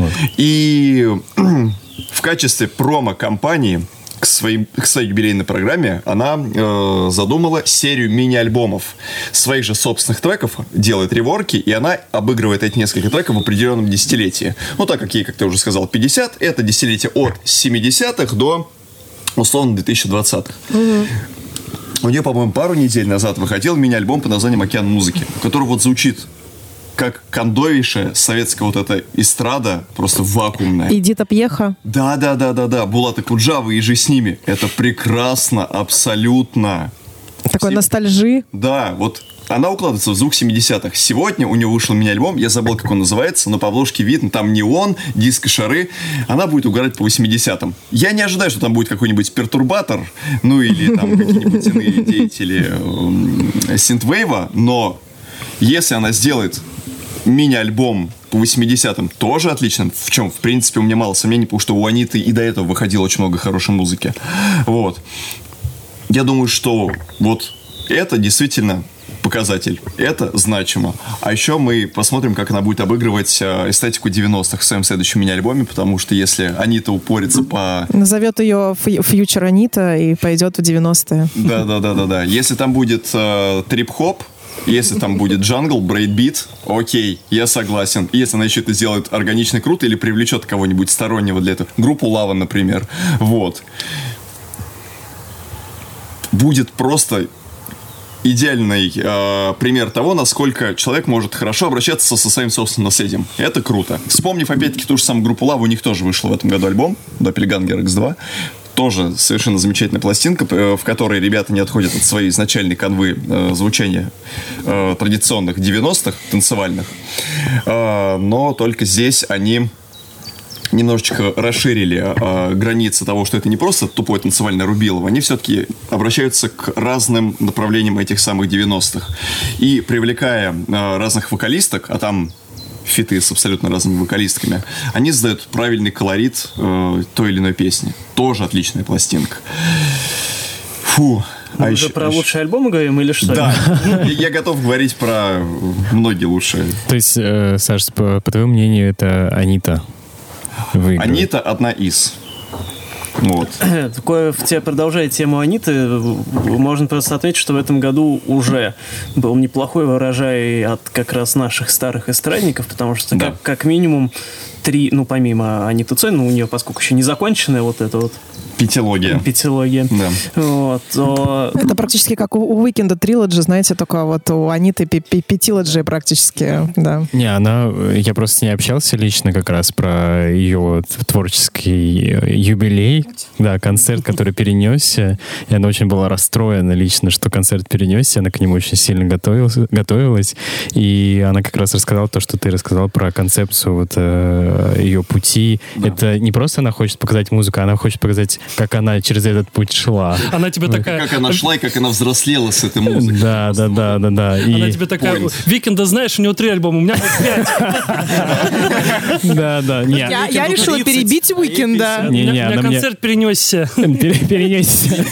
И в качестве промо-компании к, своим, к своей юбилейной программе она э, задумала серию мини-альбомов своих же собственных треков, делает реворки, и она обыгрывает эти несколько треков в определенном десятилетии. Ну, так как ей, как ты уже сказал, пятьдесят, это десятилетие от семидесятых до, условно, две тысячи двадцатых. Угу. У нее, по-моему, пару недель назад выходил мини-альбом под названием «Океан музыки», который вот звучит как кондовейшая советская вот эта эстрада, просто вакуумная. Эдита Пьеха. Да-да-да-да-да. Булат Акуджава и же с ними. Это прекрасно, абсолютно. Такой Си... ностальжи. Да, вот она укладывается в звук семидесятых. Сегодня у нее вышел мини-альбом, я забыл, как он называется, но по обложке видно, там неон, диско-шары. Она будет угорать по восьмидесятым. Я не ожидаю, что там будет какой-нибудь пертурбатор, ну или там какие-нибудь иные деятели э, синтвейва, но если она сделает мини-альбом по восьмидесятым, тоже отлично. В чем, в принципе, у меня мало сомнений, потому что у Аниты и до этого выходило очень много хорошей музыки. Вот. Я думаю, что вот это действительно показатель. Это значимо. А еще мы посмотрим, как она будет обыгрывать эстетику девяностых в своем следующем мини-альбоме, потому что если Анита упорится по... Назовет ее фьючер Анита и пойдет в девяностые. Да-да-да-да-да. Если там будет э, трип-хоп, если там будет джангл, брейкбит, окей, я согласен. Если она еще это сделает органично круто или привлечет кого-нибудь стороннего для этого. Группу Лава, например. Вот. Будет просто идеальный э, пример того, насколько человек может хорошо обращаться со своим собственным наследием. Это круто. Вспомнив, опять-таки, ту же самую группу Лава, у них тоже вышел в этом году альбом Doppelganger икс два. Тоже совершенно замечательная пластинка, в которой ребята не отходят от своей изначальной канвы э, звучания э, традиционных девяностых, танцевальных. Э, но только здесь они немножечко расширили э, границы того, что это не просто тупое танцевальное рубилово. Они все-таки обращаются к разным направлениям этих самых девяностых. И привлекая э, разных вокалисток, а там фиты с абсолютно разными вокалистками, они задают правильный колорит э, той или иной песни. Тоже отличная пластинка. Фу. Мы а уже еще, про а лучшие альбомы говорим или что? Да. Я готов говорить про многие лучшие. То есть, э, Саш, по, по твоему мнению, это Анита выигрывает? Анита одна из. Вот. Такое, в тебе продолжая тему Аниты, можно просто отметить, что в этом году уже был неплохой урожай от как раз наших старых эстрадников, потому что да. как, как минимум три, ну помимо Аниты Цой, ну у нее, поскольку еще не законченная вот эта вот Пятилогия. Пятилогия. Да. Вот, то... Это практически как у Уикенда трилоджи, знаете, только вот у Аниты пятилоджи практически, да. Не, она... Я просто с ней общался лично как раз про ее творческий юбилей. Да, концерт, который перенесся. И она очень была расстроена лично, что концерт перенесся. Она к нему очень сильно готовилась. готовилась. И она как раз рассказала то, что ты рассказал про концепцию вот, э, ее пути. Да. Это не просто она хочет показать музыку, она хочет показать, как она через этот путь шла. Она тебе такая... Как она шла и как она взрослела с этой музыкой. Да, да, да, да, да. Она тебе такая... Викенда, знаешь, у него три альбома, у меня пять. Да, да. Я решила перебить Уикенда. У меня концерт перенесся. Перенесся.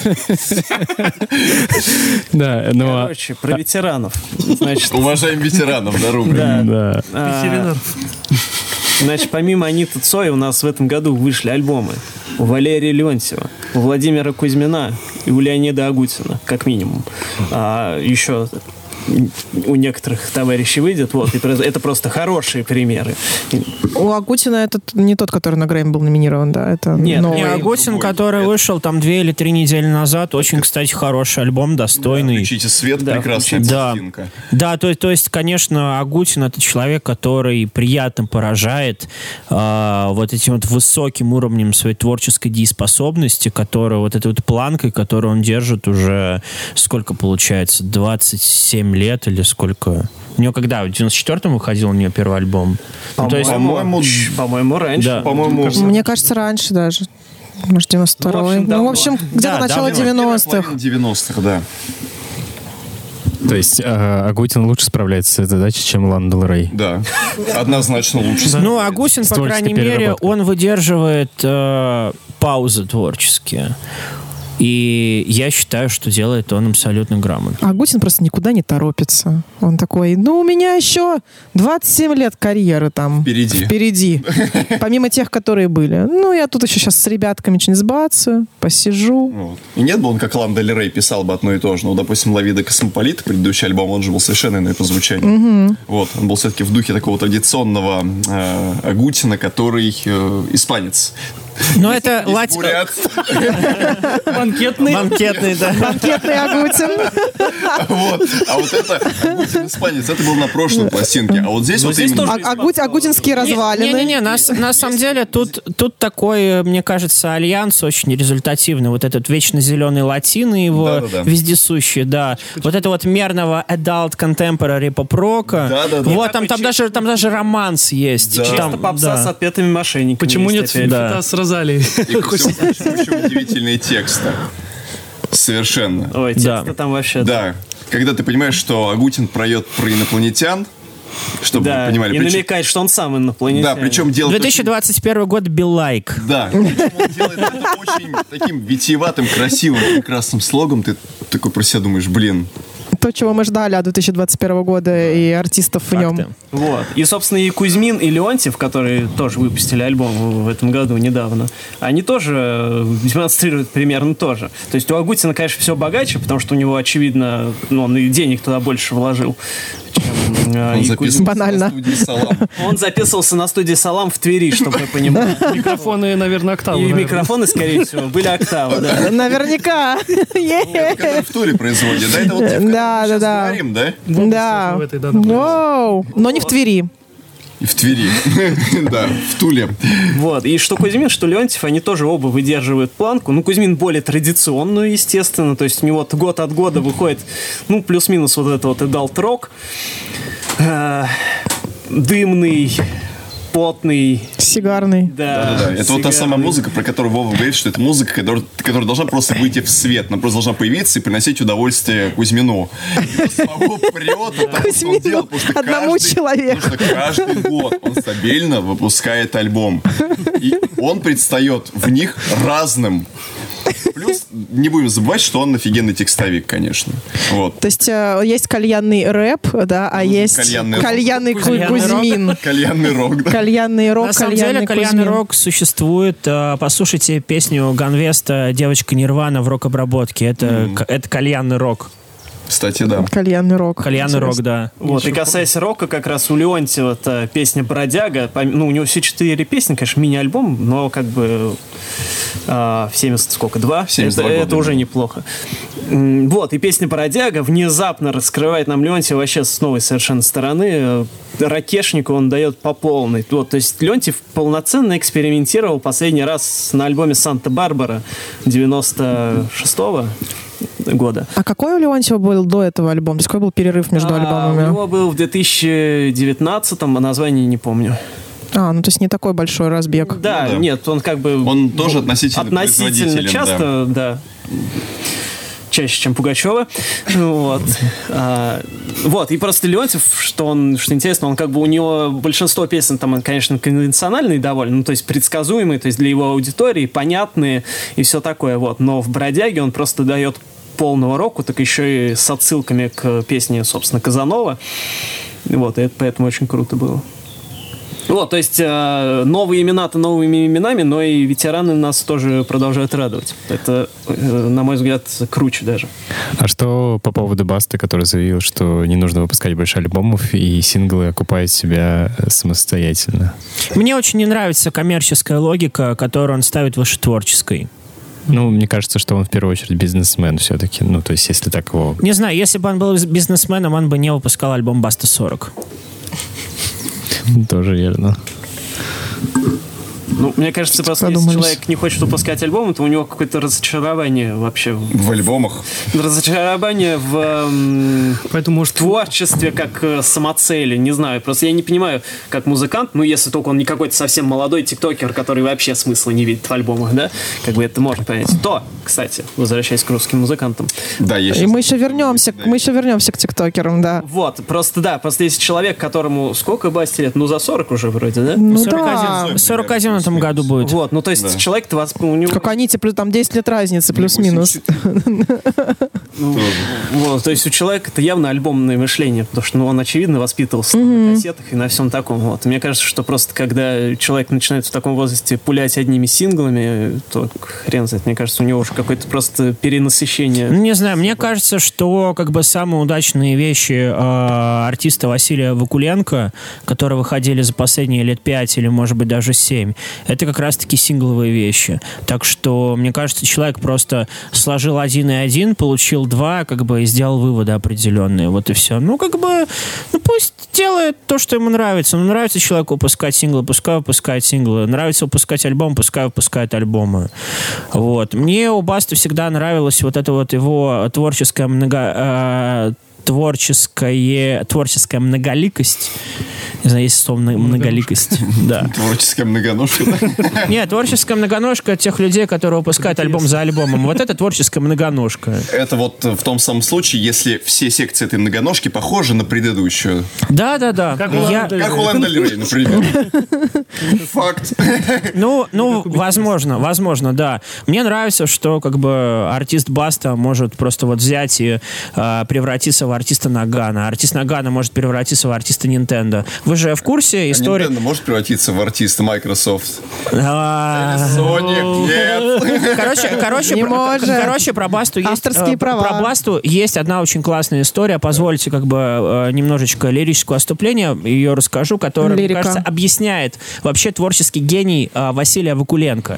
Да, ну... Короче, про ветеранов. Значит... Уважаем ветеранов, да, рубрика. Да. Ветеранов. Значит, помимо Аниты Цой у нас в этом году вышли альбомы у Валерия Леонтьева, у Владимира Кузьмина и у Леонида Агутина, как минимум. А еще у некоторых товарищей выйдет, вот, и это просто хорошие примеры. У Агутина это не тот, который на Грэмми был номинирован, да? Это Нет, новый. не Агутин, который это... вышел там две или три недели назад, очень, кстати, хороший альбом, достойный. Да, «Включите свет», да, прекрасная пластинка. Да, то, то есть, конечно, Агутин — это человек, который приятно поражает э, вот этим вот высоким уровнем своей творческой дееспособности, которую, вот этой вот планкой, которую он держит уже, сколько получается, двадцать семь лет или сколько? У него когда? В девяносто четвёртом выходил у нее первый альбом? По-моему, ну, то есть, по-моему, по-моему раньше. Да. По-моему, Мне кажется, раньше даже. Может, девяносто второй. В общем, Ну, в общем, где-то Да, начало давно. девяностых. девяностых, да. То есть э, Агутин лучше справляется с этой задачей, чем Лана Дель Рей. Да. Однозначно лучше. Ну, Агутин, по Творческая крайней мере, переработка. он выдерживает э, паузы творческие. И я считаю, что делает он абсолютно грамотно. А Агутин просто никуда не торопится. Он такой, ну, у меня еще двадцать семь лет карьеры там. Впереди. Впереди. Помимо тех, которые были. Ну, я тут еще сейчас с ребятками что-нибудь сбацаю, посижу. Вот. И нет бы он, как Лана Дель Рей, писал бы одно и то же. Ну, допустим, «Ла Вида Космополита», предыдущий альбом, он же был совершенно иной по звучанию. Угу. Вот. Он был все-таки в духе такого традиционного э, Агутина, который э, испанец. Но это лати... Бурят. Банкетный. Банкетный, да. Банкетный Агутин. Вот. А вот это Агутин испанец, это был на прошлой пластинке. А вот здесь Но вот здесь именно... тоже А- Агут- Агутинские развалины. Не-не-не, на, с- на самом деле тут, тут такой, мне кажется, альянс очень результативный. Вот этот вечно зеленый латино его Да-да-да. вездесущий, да. Вот это вот мерного adult contemporary поп-рока. Да-да-да. Вот там, там, даже, там даже романс есть. Да. Там, Чисто попса да. с отпетыми мошенниками. Почему нет есть опять. фита с Розалией? И ко всему прочему, еще удивительные тексты. Совершенно. Ой, Да. тексты там вообще... Да. Когда ты понимаешь, что Агутин поет про инопланетян, чтобы Да, вы понимали. и Причем- намекает, что он сам инопланетянин. Да, причем дело... две тысячи двадцать первый год, Be Like. Да, причем он делает это очень таким витиеватым, красивым, прекрасным слогом. Ты такой про себя думаешь, блин, То, чего мы ждали от две тысячи двадцать первого года и артистов в нем. Факты. Вот. И, собственно, и Кузьмин, и Леонтьев, которые тоже выпустили альбом в этом году недавно, они тоже э, демонстрируют примерно то же. То есть у Агутина, конечно, все богаче, потому что у него, очевидно, ну, он и денег туда больше вложил, чем э, он и записывался Банально. на студии «Салам». Он записывался на студии «Салам» в Твери, чтобы вы понимали. Микрофоны, наверное, октавы. И наверное. микрофоны, скорее всего, были октавы, да. Наверняка. Это который в туре производит. Да, это вот те, в которых Да, мы да, сейчас да. говорим, да? Да. В этой, да, да. Воу. Но не в Твери. И в Твери. Да, в Туле. Вот. И что Кузьмин, что Леонтьев, они тоже оба выдерживают планку. Ну, Кузьмин более традиционную, естественно. То есть у него год от года выходит, ну, плюс-минус вот это вот эдалт-рок. Э, Дымный, потный. Сигарный. Да, Да, это вот та сигарный. самая музыка, про которую Вова говорит, что это музыка, которая, которая должна просто выйти в свет. Она просто должна появиться и приносить удовольствие Кузьмину. Его самого прет от того, что он Кузьмину, делает, потому что одному каждый- человеку. потому что каждый год он стабильно выпускает альбом. И он предстает в них разным. Плюс не будем забывать, что он офигенный текстовик, конечно. Вот. То есть э, есть кальянный рэп, да, а есть кальянный рок. кальянный Ку- Кальянный рок. Кузьмин. Кальянный рок, да. Кальянный рок, На самом деле, кальянный кальянный Кузьмин. рок существует. А, Послушайте песню Ганвеста «Девочка Нирвана» в рок-обработке. Это, к- это кальянный рок. Кстати, да. Кальянный рок. Кальянный рок, да. Вот, и касаясь рока, как раз у Леонтьева -то песня «Бродяга». Пом- Ну, у него все четыре песни, конечно, мини-альбом, но как бы а, в семьдесят сколько, два? семьдесят два это, года, это уже да. неплохо. М, Вот, и песня «Бродяга» внезапно раскрывает нам Леонтьева вообще с новой совершенно стороны. Э, Ракешнику он дает по полной. Вот, то есть Леонтьев полноценно экспериментировал последний раз на альбоме «Санта-Барбара» девяносто шестого года. А какой у Леонтьева был до этого альбом? То есть какой был перерыв между А, альбомами? У него был в две тысячи девятнадцатом, а название не помню. А, ну то есть не такой большой разбег. Да, да. нет, он как бы... Он тоже относительно Относительно производителен, часто, да. Чаще, чем Пугачева. Вот. А, вот. И просто Леонтьев, что он, что интересно, он как бы у него большинство песен там, конечно, конвенциональные довольно, ну, то есть предсказуемые, то есть для его аудитории, понятные и все такое, вот. Но в «Бродяге» он просто дает полного року, так еще и с отсылками к песне, собственно, Казанова. Вот, и это поэтому очень круто было. Вот, то есть э, новые имена-то новыми именами, но и ветераны нас тоже продолжают радовать. Это, э, на мой взгляд, круче даже. А что по поводу Басты, который заявил, что не нужно выпускать больше альбомов и синглы окупают себя самостоятельно? Мне очень не нравится коммерческая логика, которую он ставит выше творческой. Ну, мне кажется, что он в первую очередь бизнесмен все-таки. Ну, то есть, если так его... Не знаю, если бы он был бизнесменом, он бы не выпускал альбом «Баста сорок». Тоже верно. Ну, мне кажется, просто если человек не хочет выпускать альбом, то у него какое-то разочарование вообще. В альбомах? Разочарование в эм, Поэтому, может... творчестве как э, самоцели. Не знаю, просто я не понимаю, как музыкант, ну, если только он не какой-то совсем молодой тиктокер, который вообще смысла не видит в альбомах, да, как бы это можно понять. То, кстати, возвращаясь к русским музыкантам. Да, я сейчас... И мы еще вернемся, мы еще вернемся к тиктокерам, да. Вот, просто, да, просто если человек, которому сколько Басти лет? Ну, за сорок уже вроде, да? Ну сорок один, да. сорок один в этом году будет. Вот, ну, то есть Да. человек-то вас... У него... Как они, типа, там десять лет разницы, плюс-минус. Ну, вот, то есть у человека это явно альбомное мышление, потому что ну, он, очевидно, воспитывался mm-hmm. на кассетах и на всем таком. Вот. Мне кажется, что просто когда человек начинает в таком возрасте пулять одними синглами, то хрен знает, мне кажется, у него уже какое-то просто перенасыщение. Ну, не знаю, мне кажется, что как бы самые удачные вещи э, артиста Василия Вакуленко, которые выходили за последние лет пять или, может быть, даже семь, это как раз-таки сингловые вещи. Так что, мне кажется, человек просто сложил один и один, получил два, как бы, и сделал выводы определенные. Вот и все. Ну, как бы, ну, пусть делает то, что ему нравится. Ну, нравится человеку выпускать синглы, пускай выпускает синглы. Нравится выпускать альбом, пускай выпускает альбомы. Вот. Мне у Басты всегда нравилась вот эта вот его творческая много... Э, творческая, творческая многоликость. Не знаю, есть слово многоликость. Да. Творческая многоножка. Нет, творческая многоножка тех людей, которые выпускают альбом за альбомом. Вот это творческая многоножка. Это вот в том самом случае, если все секции этой многоножки похожи на предыдущую. Да, да, да. Как Я... Как у Лэнда Дель Рей, например. Факт. Ну, ну, возможно, возможно, да. Мне нравится, что как бы артист Баста может просто вот взять и э, превратиться в артиста Нагана. Артист Нагана может превратиться в артиста Nintendo. Вы же в курсе истории... А Nintendo может превратиться в артиста Microsoft? А... Sony, нет. Короче, короче, Не про, может. короче, про Басту есть... Авторские э, права. Про Басту есть одна очень классная история. Позвольте как бы э, немножечко лирического отступления. Ее расскажу, которая, Лирика. мне кажется, объясняет вообще творческий гений э, Василия Вакуленко.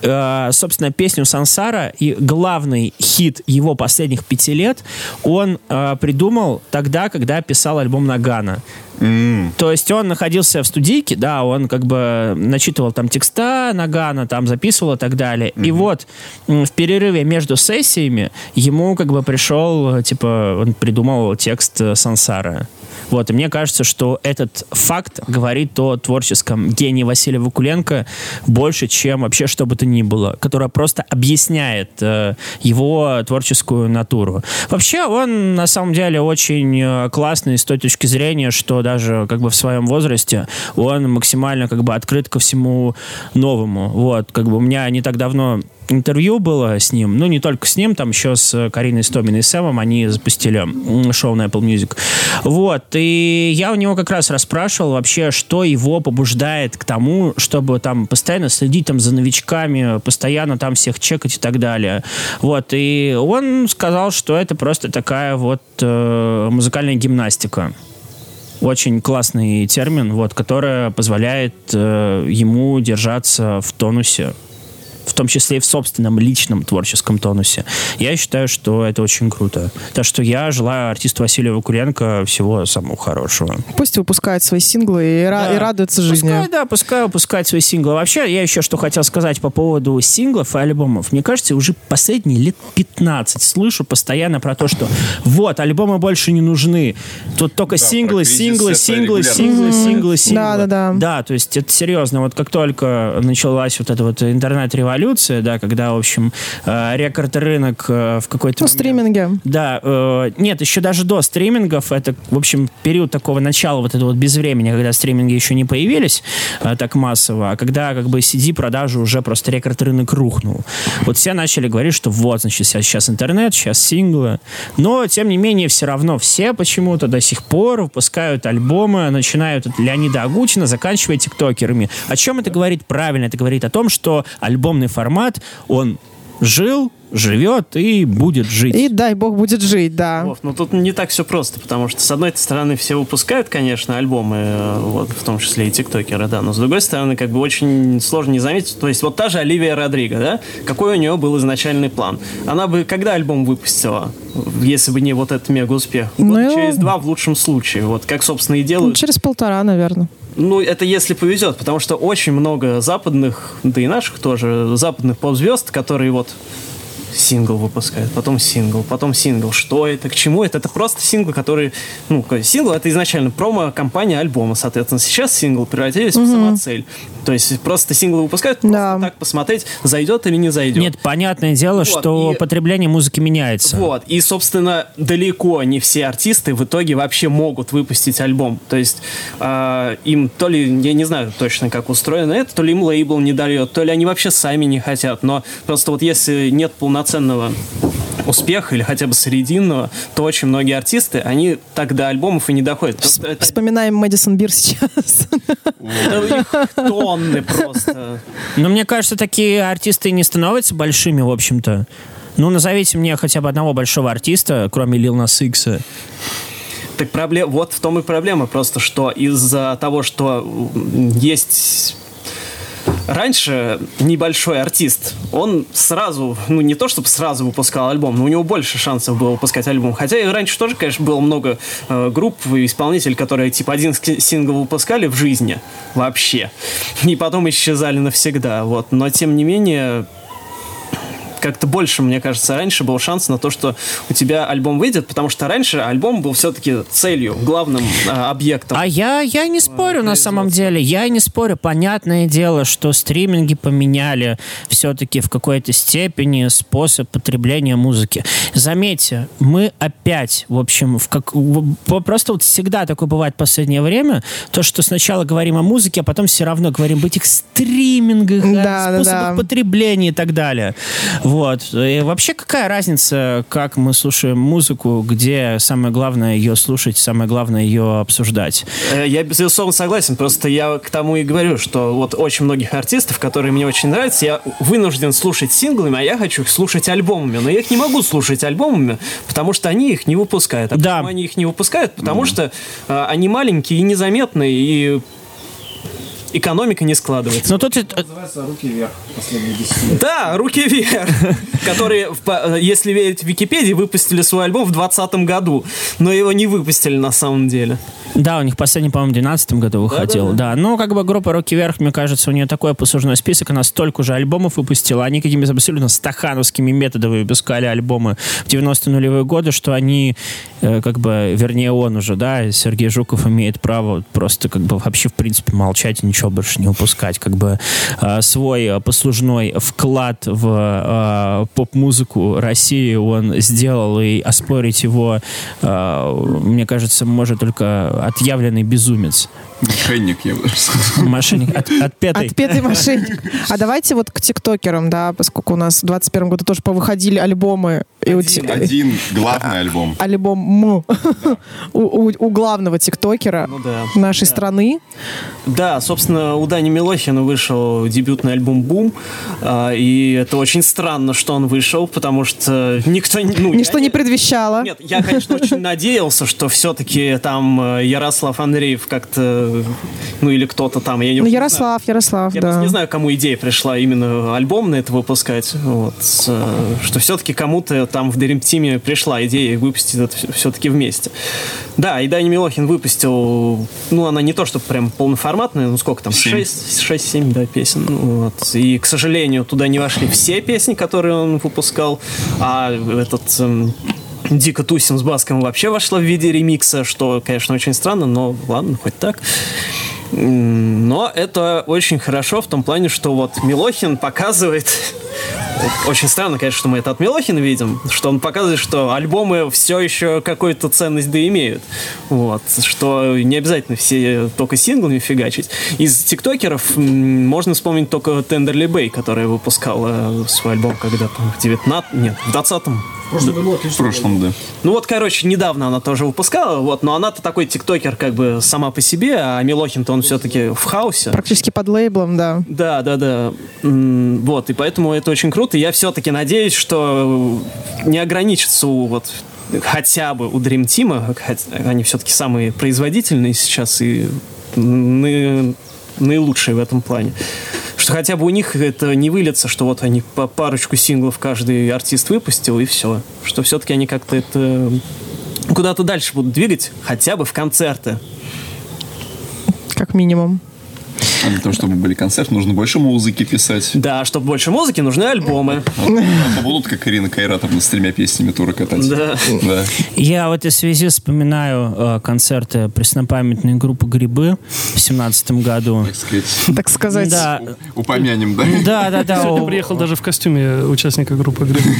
Э, собственно, песню «Сансара» и главный хит его последних пяти лет он э, придумал тогда, когда писал альбом Нагана. Mm. То есть он находился в студийке, да, он как бы начитывал там текста Нагана, там записывал и так далее. Mm-hmm. И вот в перерыве между сессиями ему как бы пришел, типа, он придумал текст «Сансара». Вот, и мне кажется, что этот факт говорит о творческом гении Василия Вакуленко больше, чем вообще что бы то ни было, которое просто объясняет э, его творческую натуру. Вообще, он на самом деле очень классный с той точки зрения, что даже как бы в своем возрасте он максимально как бы открыт ко всему новому. Вот, как бы у меня не так давно интервью было с ним, ну, не только с ним, там еще с Кариной Истоминой и Сэмом, они запустили шоу на Apple Music. Вот, и я у него как раз расспрашивал вообще, что его побуждает к тому, чтобы там постоянно следить там за новичками, постоянно там всех чекать и так далее. Вот, и он сказал, что это просто такая вот э, музыкальная гимнастика. Очень классный термин, вот, который позволяет э, ему держаться в тонусе, в том числе и в собственном личном творческом тонусе. Я считаю, что это очень круто. Так что я желаю артисту Василию Вакуленко всего самого хорошего. Пусть выпускает свои синглы и, Да. и радуется жизни. Пускай, да, пускай выпускает свои синглы. Вообще, я еще что хотел сказать по поводу синглов и альбомов. Мне кажется, уже последние лет пятнадцать слышу постоянно про то, что вот, альбомы больше не нужны. Тут только Да, синглы, про кризис синглы, это синглы, регулярно. синглы, синглы, синглы. Да, да, да. Да, то есть это серьезно. Вот как только началась вот эта вот интернет-революция, да, когда, в общем, э, рекорд-рынок э, в какой-то Ну, момент... стриминги. Да, э, нет, еще даже до стримингов, это, в общем, период такого начала вот этого вот безвремени, когда стриминги еще не появились э, так массово, а когда как бы си ди-продажи уже просто рекорд-рынок рухнул. Вот все начали говорить, что вот, значит, сейчас интернет, сейчас синглы, но, тем не менее, все равно все почему-то до сих пор выпускают альбомы, начинают от Леонида Агутина, заканчивая тиктокерами. О чем это говорит? Правильно, это говорит о том, что альбомный формат, он жил, живет и будет жить. И дай бог будет жить, да. Вов, ну тут не так все просто, потому что, с одной стороны, все выпускают, конечно, альбомы, э, вот, в том числе и тиктокеры, да, но с другой стороны, как бы очень сложно не заметить, то есть вот та же Оливия Родриго, да, какой у нее был изначальный план? Она бы когда альбом выпустила, если бы не вот этот мега-успех? Ну, Год через два в лучшем случае, вот как, собственно, и Ну, делают. через полтора, наверное. Ну, это если повезет, потому что очень много западных, да и наших тоже, западных поп-звезд, которые вот сингл выпускают, потом сингл, потом сингл. Что это, к чему это? Это просто сингл, который... Ну, сингл — это изначально промо-компания альбома, соответственно. Сейчас сингл превратились mm-hmm. в самоцель. То есть просто синглы выпускают, просто да. так посмотреть, зайдет или не зайдет. Нет, понятное дело, вот, что и... потребление музыки меняется. Вот, и, собственно, далеко не все артисты в итоге вообще могут выпустить альбом. То есть э, им то ли, я не знаю точно, как устроено это, то ли им лейбл не дает, то ли они вообще сами не хотят. Но просто вот если нет полноценного успеха или хотя бы срединного, то очень многие артисты, они так до альбомов и не доходят. Вс- это... Вспоминаем Мэдисон Бир сейчас. Их тонны просто. Но мне кажется, такие артисты не становятся большими, в общем-то. Ну, назовите мне хотя бы одного большого артиста, кроме Lil Nas X. Так проблема, вот в том и проблема просто, что из-за того, что есть... Раньше небольшой артист, он сразу, ну не то чтобы сразу выпускал альбом, но у него больше шансов было выпускать альбом. Хотя и раньше тоже, конечно, было много э, групп и исполнителей, которые типа один сингл выпускали в жизни вообще, и потом исчезали навсегда. Вот. Но тем не менее... Как-то больше, мне кажется, раньше был шанс на то, что у тебя альбом выйдет, потому что раньше альбом был все-таки целью, главным а, объектом. А я, я не спорю на самом деле, я не спорю. Понятное дело, что стриминги поменяли все-таки в какой-то степени способ потребления музыки. Заметьте, мы опять, в общем, в как, в, просто вот всегда такое бывает в последнее время, то, что сначала говорим о музыке, а потом все равно говорим об этих стримингах, да, способах да, да. потребления и так далее. Вот. И вообще какая разница, как мы слушаем музыку, где самое главное ее слушать, самое главное ее обсуждать? Я, безусловно, согласен. Просто я к тому и говорю, что вот очень многих артистов, которые мне очень нравятся, я вынужден слушать синглами, а я хочу их слушать альбомами. Но я их не могу слушать альбомами, потому что они их не выпускают. А да. почему они их не выпускают? Потому mm-hmm. что а, они маленькие и незаметные, и экономика не складывается. Но тут называется «Руки вверх» последние десять лет. Да, «Руки вверх», которые, если верить Википедии, выпустили свой альбом в двадцатом году, но его не выпустили на самом деле. Да, у них последний, по-моему, в двенадцатом году выходил. Да, да, да. Ну, как бы группа «Руки вверх», мне кажется, у нее такой послужной список, она столько же альбомов выпустила, они какими-то абсолютно стахановскими методами выпускали альбомы в девяностые нулевые годы, что они, э, как бы, вернее, он уже, да, Сергей Жуков имеет право просто, как бы, вообще, в принципе, молчать и ничего больше не выпускать. Как бы э, свой послужной вклад в э, поп-музыку России он сделал, и оспорить его, э, мне кажется, может только отъявленный безумец. Мошенник, я бы сказал. Мошенник. От, отпетый. Отпетый мошенник. А давайте вот к тиктокерам, да, поскольку у нас в двадцать первом году тоже повыходили альбомы. Один, и у... один главный альбом. Альбом да. у, у, у главного тиктокера ну, да. нашей да. страны. Да, собственно, у Дани Милохина вышел дебютный альбом «Бум», и это очень странно, что он вышел, потому что никто... Ну, Ничто я, не предвещало. Нет, я, конечно, очень надеялся, что все-таки там Ярослав Андреев как-то, ну или кто-то там, я не ну, Ярослав, знаю. Ярослав, я да. просто не знаю, кому идея пришла именно альбом на это выпускать, вот, что все-таки кому-то там в Dream Team пришла идея выпустить это все-таки вместе. Да, и Даня Милохин выпустил, ну, она не то, что прям полноформатная, ну, сколько там, шесть-семь, да, песен, ну, вот. И, к сожалению, туда не вошли все песни, которые он выпускал, а этот... Эм, Дико тусим с Баском вообще вошла в виде ремикса, что, конечно, очень странно, но ладно, хоть так. Но это очень хорошо в том плане, что вот Милохин показывает... Очень странно, конечно, что мы это от Милохина видим, что он показывает, что альбомы все еще какую-то ценность да имеют. Вот. Что не обязательно все только синглами фигачить. Из тиктокеров можно вспомнить только Тендерли Бэй, которая выпускала свой альбом когда-то в девятнадцатом... Нет, в двадцатом. В прошлом году отлично. В прошлом, да. Ну вот, короче, недавно она тоже выпускала, вот, но она-то такой тиктокер как бы сама по себе, а Милохин-то он все-таки в хаусе. Практически под лейблом, да. Да, да, да. Вот, и поэтому это очень круто. Я все-таки надеюсь, что не ограничится у вот хотя бы у Dream Team, они все-таки самые производительные сейчас и наилучшие в этом плане. Что хотя бы у них это не выльется, что вот они по парочку синглов каждый артист выпустил, и все. Что все-таки они как-то это куда-то дальше будут двигать, хотя бы в концерты. Как минимум. А для того, чтобы были концерты, нужно больше музыки писать. Да, чтобы больше музыки, нужны альбомы. А будут, как Ирина Кайратовна, с тремя песнями тура катать. Да. Да. Я в этой связи вспоминаю э, концерты преснопамятной группы «Грибы» в семнадцатом году. Так сказать, Так сказать. Да, упомянем, да? да, да, да. Сегодня о- приехал даже в костюме участника группы «Грибы».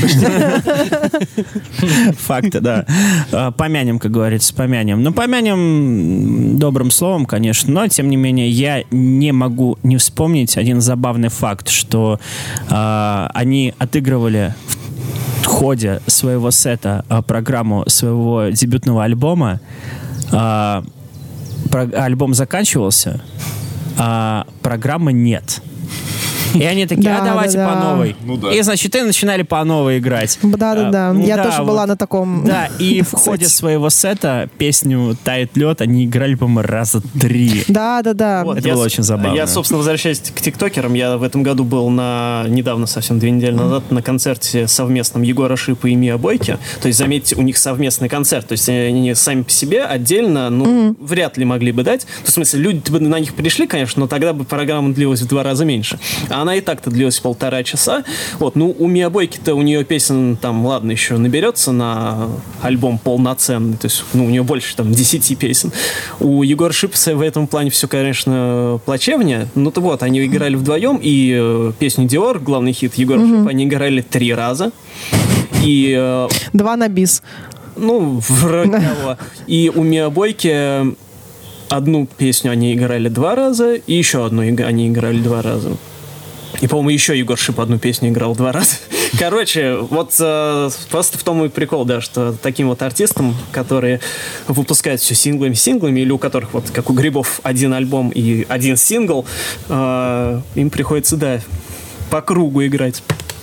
Факты, да. Э, Помянем, как говорится, помянем. Ну, помянем добрым словом, конечно, но, тем не менее, я не могу не вспомнить один забавный факт, что э, они отыгрывали в ходе своего сета э, программу своего дебютного альбома. Э, про- альбом заканчивался, а программы нет. И они такие, а Да, давайте да, да. по новой. Ну да. И, значит, и начинали по новой играть. Да-да-да. А, ну Я да, тоже вот. была на таком... Да, и в ходе своего сета песню «Тает лед» они играли, по-моему, раза три. Да-да-да. Вот, Это я было с- очень забавно. Я, собственно, возвращаясь к тиктокерам, я в этом году был на, недавно, совсем две недели назад, на концерте совместном Егора Шипа и Миа Бойки. То есть, заметьте, у них совместный концерт. То есть, они сами по себе отдельно, ну, вряд ли могли бы дать. В смысле, люди бы на них пришли, конечно, но тогда бы программа длилась в два раза меньше. А она и так-то длилась полтора часа. Вот, ну, у Миа Бойки-то, у нее песен там, ладно, еще наберется на альбом полноценный. То есть, ну, у нее больше там десяти песен. У Егора Шипса в этом плане все, конечно, плачевнее. Ну, то вот, они играли вдвоем, и э, песню «Диор», главный хит Егора Шипа, они играли три раза. И, э, Два на бис. ну, вроде того. И у Миа Бойки одну песню они играли два раза, и еще одну иг- они играли два раза. И, по-моему, еще Егор Шип одну песню играл два раза. Короче, вот э, просто в том и прикол, да, что таким вот артистам, которые выпускают все синглами-синглами, или у которых, вот как у Грибов, один альбом и один сингл, э, им приходится, да, по кругу играть.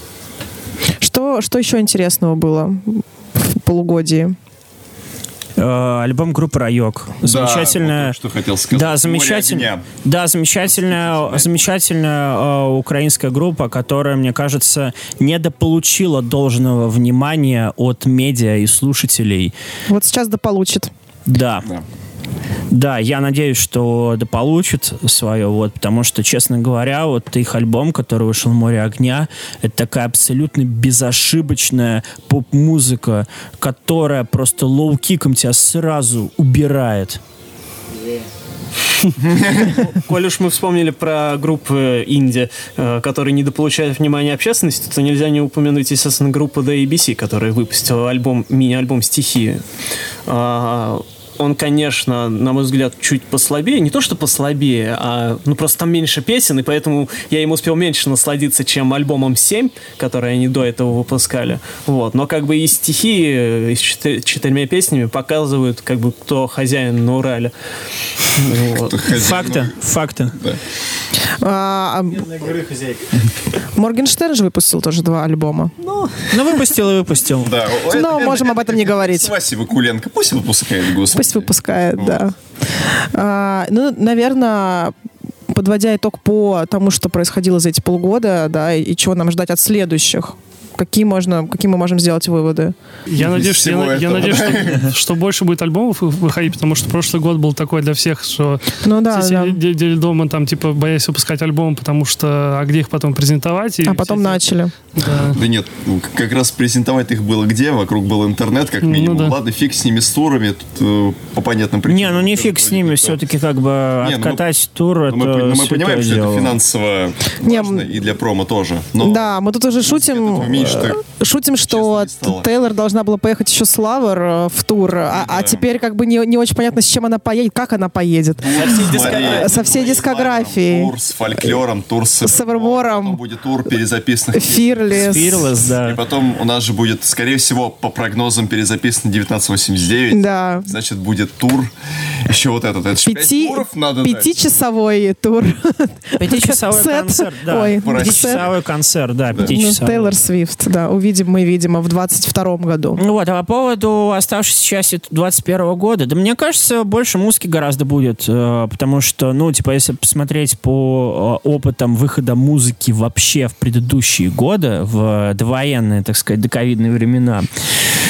Что, что еще интересного было в полугодии? Э, Альбом группы «Райок». Замечательная... Да, вот что хотел сказать. Да, «Море замечательная, огня». да, замечательная, замечательная э, украинская группа, которая, мне кажется, недополучила должного внимания от медиа и слушателей. Вот сейчас да получит. Да. Да. Да, я надеюсь, что да получит свое, вот, потому что, честно говоря, вот их альбом, который вышел «Море огня», это такая абсолютно безошибочная поп-музыка, которая просто лоу-киком тебя сразу убирает. Коль уж мы вспомнили про группы инди, э, которые недополучают внимания общественности, то нельзя не упомянуть, естественно, группу ди эй би си, которая выпустила альбом, мини-альбом «Стихии». А, он, конечно, на мой взгляд, чуть послабее. Не то, что послабее, а ну просто там меньше песен, и поэтому я им успел меньше насладиться, чем альбомом семь, который они до этого выпускали. Вот. Но как бы и «Стихи» с четы- четырьмя песнями показывают, как бы, кто хозяин на Урале. Вот. Факты, факты. А, а, горы хозяйка. Моргенштерн же выпустил тоже два альбома. Ну, выпустил и выпустил. Да, о- это- Но это- можем об этом не говорить. С Васей Вакуленко. Пусть выпускает, господи. Пусть выпускает, Вот. да. А, ну, наверное, подводя итог по тому, что происходило за эти полгода, да, и, и чего нам ждать от следующих. Какие, можно, какие мы можем сделать выводы? Я Из надеюсь, всего я, я этого. надеюсь, что, что больше будет альбомов выходить, потому что прошлый год был такой для всех, что Ну да, все да. сидели дома, там, типа, боясь выпускать альбом, потому что, а где их потом презентовать? И А потом все эти- начали. Да. Да нет, ну, к- как раз презентовать их было где? Вокруг был интернет, как Ну минимум. да. Ладно, фиг с ними, с турами, тут э, по понятным причинам. Не, ну не Тоже фиг с ними, никто. все-таки как бы Не, ну мы- откатать тур, Ну, это мы, ну, мы святое понимаем, что дело. это финансово Не, важно и для промо тоже. Но Да, мы тут уже шутим, этого меньше так, э, шутим, что честно не стало. Тейлор должна была поехать еще с Лавр э, в тур, а, а теперь как бы не, не очень понятно, с чем она поедет, как она поедет. Со всей дискографией. Со всей дискографией. Тур с фольклором, тур с... С Эвермором. Потом будет тур перезаписанных песен. Фирлес. Fearless, И да. потом у нас же будет, скорее всего, по прогнозам перезаписан девятнадцать восемьдесят девять. Да. Значит, будет тур. Еще вот этот. Это ж пять Пяти, туров надо дать. пятичасовой тур. Пятичасовой Сет. концерт, да. Ой, Пятичасовой концерт, да, Ну, пятичасовой. Тейлор Свифт, да, увидим мы, видимо, в двадцать втором году. Ну вот, а по поводу оставшейся части двадцать первого года, да мне кажется, больше музыки гораздо будет, э, потому что, ну, типа, если посмотреть по э, опытам выхода музыки вообще в предыдущие годы, в довоенные, так сказать, доковидные времена,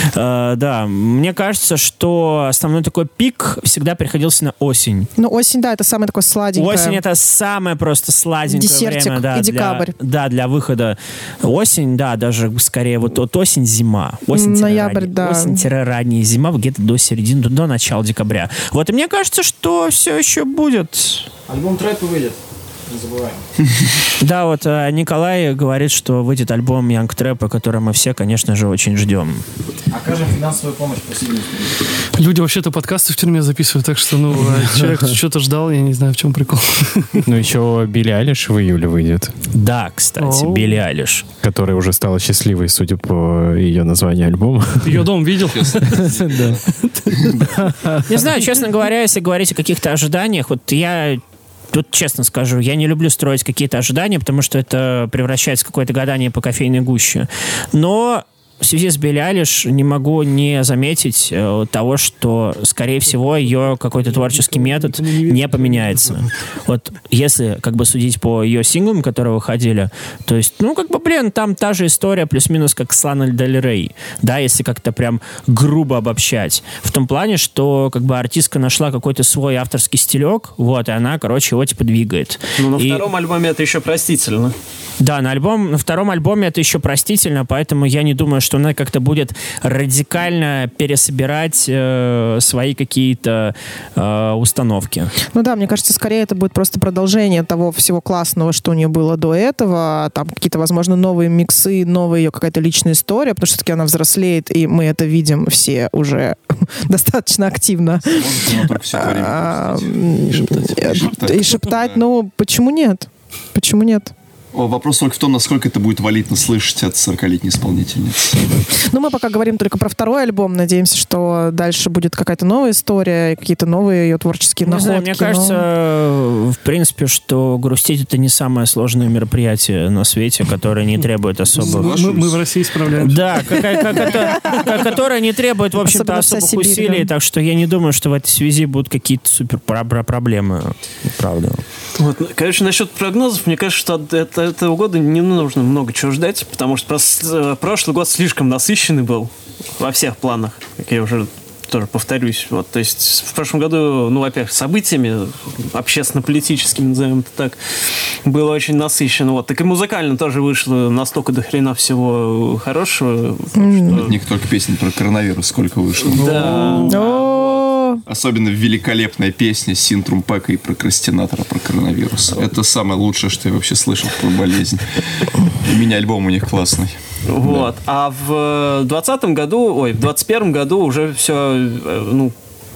Э, да, мне кажется, что основной такой пик всегда приходился на осень. Ну, осень, да, это самое такое сладенькое. Осень — это самое просто сладенькое Десертик время. Да, и декабрь. Для, да, для выхода. Осень, да, даже скорее вот, вот осень-зима. Осень Ноябрь, да. Осень-ранняя зима, где-то до середины, до, до начала декабря. Вот, и мне кажется, что все еще будет. Альбом трэпа выйдет. Не забываем. Да, вот э, Николай говорит, что выйдет альбом Young Trap, который мы все, конечно же, очень ждем. Окажем финансовую помощь по сильному. Люди вообще-то подкасты в тюрьме записывают, так что, ну, а человек что-то ждал, я не знаю, в чем прикол. Ну, еще Билли Айлиш в июле выйдет, Да, кстати, Оу. Билли Айлиш. которая уже стала счастливой, судя по ее названию альбома. Ее дом видел? Не знаю, честно говоря, если говорить о каких-то ожиданиях, вот я тут честно скажу, я не люблю строить какие-то ожидания, потому что это превращается в какое-то гадание по кофейной гуще. Но в связи с Билли Айлиш не могу не заметить э, того, что, скорее всего, ее какой-то творческий метод не поменяется. Вот если как бы судить по ее синглам, которые выходили, то есть, ну, как бы, блин, там та же история, плюс-минус, как с Ланой Дель Рей, да, если как-то прям грубо обобщать. В том плане, что, как бы, артистка нашла какой-то свой авторский стилек, вот, и она, короче, его, типа, двигает. Ну, на И- втором альбоме это еще простительно. Да, на альбом, на втором альбоме это еще простительно, поэтому я не думаю, что она как-то будет радикально пересобирать э, свои какие-то э, установки. Ну да, мне кажется, скорее это будет просто продолжение того всего классного, что у нее было до этого. Там какие-то, возможно, новые миксы, новая ее какая-то личная история, потому что все-таки она взрослеет, и мы это видим все уже достаточно активно. Можно только все время А, пропустить. м, И шептать. И шептать, ну почему нет? Почему нет? О, Вопрос только в том, насколько это будет валидно слышать от сорокалетней исполнительницы. Ну, мы пока говорим только про второй альбом. Надеемся, что дальше будет какая-то новая история, и какие-то новые ее творческие Не находки. знаю, мне но- кажется, в принципе, что грустить это не самое сложное мероприятие на свете, которое не требует особых... Мы, мы в России справляемся. Да, какая- как это- как- которая не требует, в общем-то, Особенно вся особых Сибирь, усилий, да. так что я не думаю, что в этой связи будут какие-то супер пра- пра- проблемы. Правда. Вот, ну, короче, насчет прогнозов, мне кажется, что от это- этого года не нужно много чего ждать, потому что просто, э, прошлый год слишком насыщенный был во всех планах, как я уже тоже повторюсь. Вот, то есть в прошлом году, ну, во-первых, событиями общественно-политическими, назовем это так, было очень насыщенно. Вот. Так и музыкально тоже вышло настолько до хрена всего хорошего. что- Не только песни про коронавирус, сколько вышло. Да. О, Особенно великолепная песня Синтрум Пэка и прокрастинатора про коронавирус. Это самое лучшее, что я вообще слышал про болезнь. И мини-альбом у них классный. Вот. А в двадцатом году, ой, в двадцать первом году уже все, ну,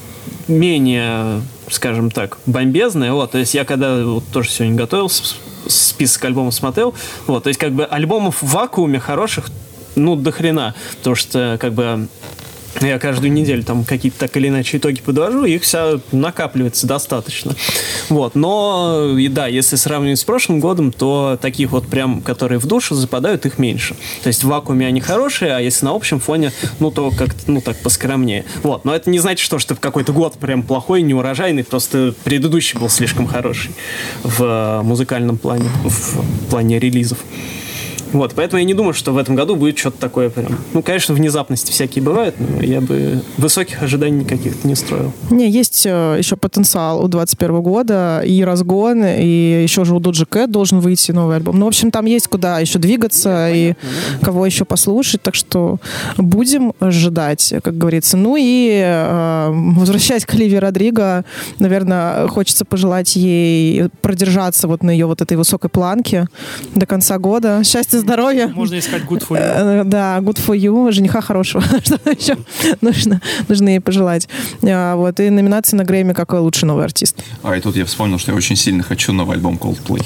менее, скажем так, бомбезное. Вот. То есть я когда вот, тоже сегодня готовился, с- список альбомов смотрел, вот, то есть как бы альбомов в вакууме хороших, ну, до хрена. Потому что, как бы, я каждую неделю там какие-то так или иначе итоги подвожу, их вся накапливается достаточно. Вот. Но, и да, если сравнивать с прошлым годом, то таких вот прям, которые в душу западают, их меньше. То есть в вакууме они хорошие, а если на общем фоне, ну, то как-то, ну, так поскромнее. Вот. Но это не значит, что, что в какой-то год прям плохой, неурожайный, просто предыдущий был слишком хороший в э, музыкальном плане, в плане релизов. Вот, поэтому я не думаю, что в этом году будет что-то такое прям. Ну, конечно, внезапности всякие бывают, но я бы высоких ожиданий никаких не строил. не, есть э, еще потенциал у двадцать первого года, и разгон, и еще же у Доджи Кэт должен выйти новый альбом. Ну, в общем, там есть куда еще двигаться, и кого еще послушать, так что будем ожидать, как говорится. Ну и э, возвращаясь к Оливии Родриго, наверное, хочется пожелать ей продержаться вот на ее вот этой высокой планке до конца года. Счастья, здоровья. Можно искать good for you. Э, Да, good for you, жениха хорошего. Что еще нужно, нужно ей пожелать. А, Вот, и номинация на Грэмми как лучший новый артист. А и тут я вспомнил, что я очень сильно хочу новый альбом Coldplay.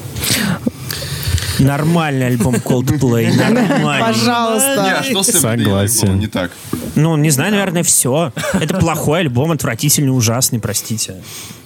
Нормальный альбом Coldplay. Нормальный. Пожалуйста. Не, а что с этим Согласен. альбомом не так? Ну, не знаю, наверное, все. Это плохой альбом, отвратительный, ужасный, простите.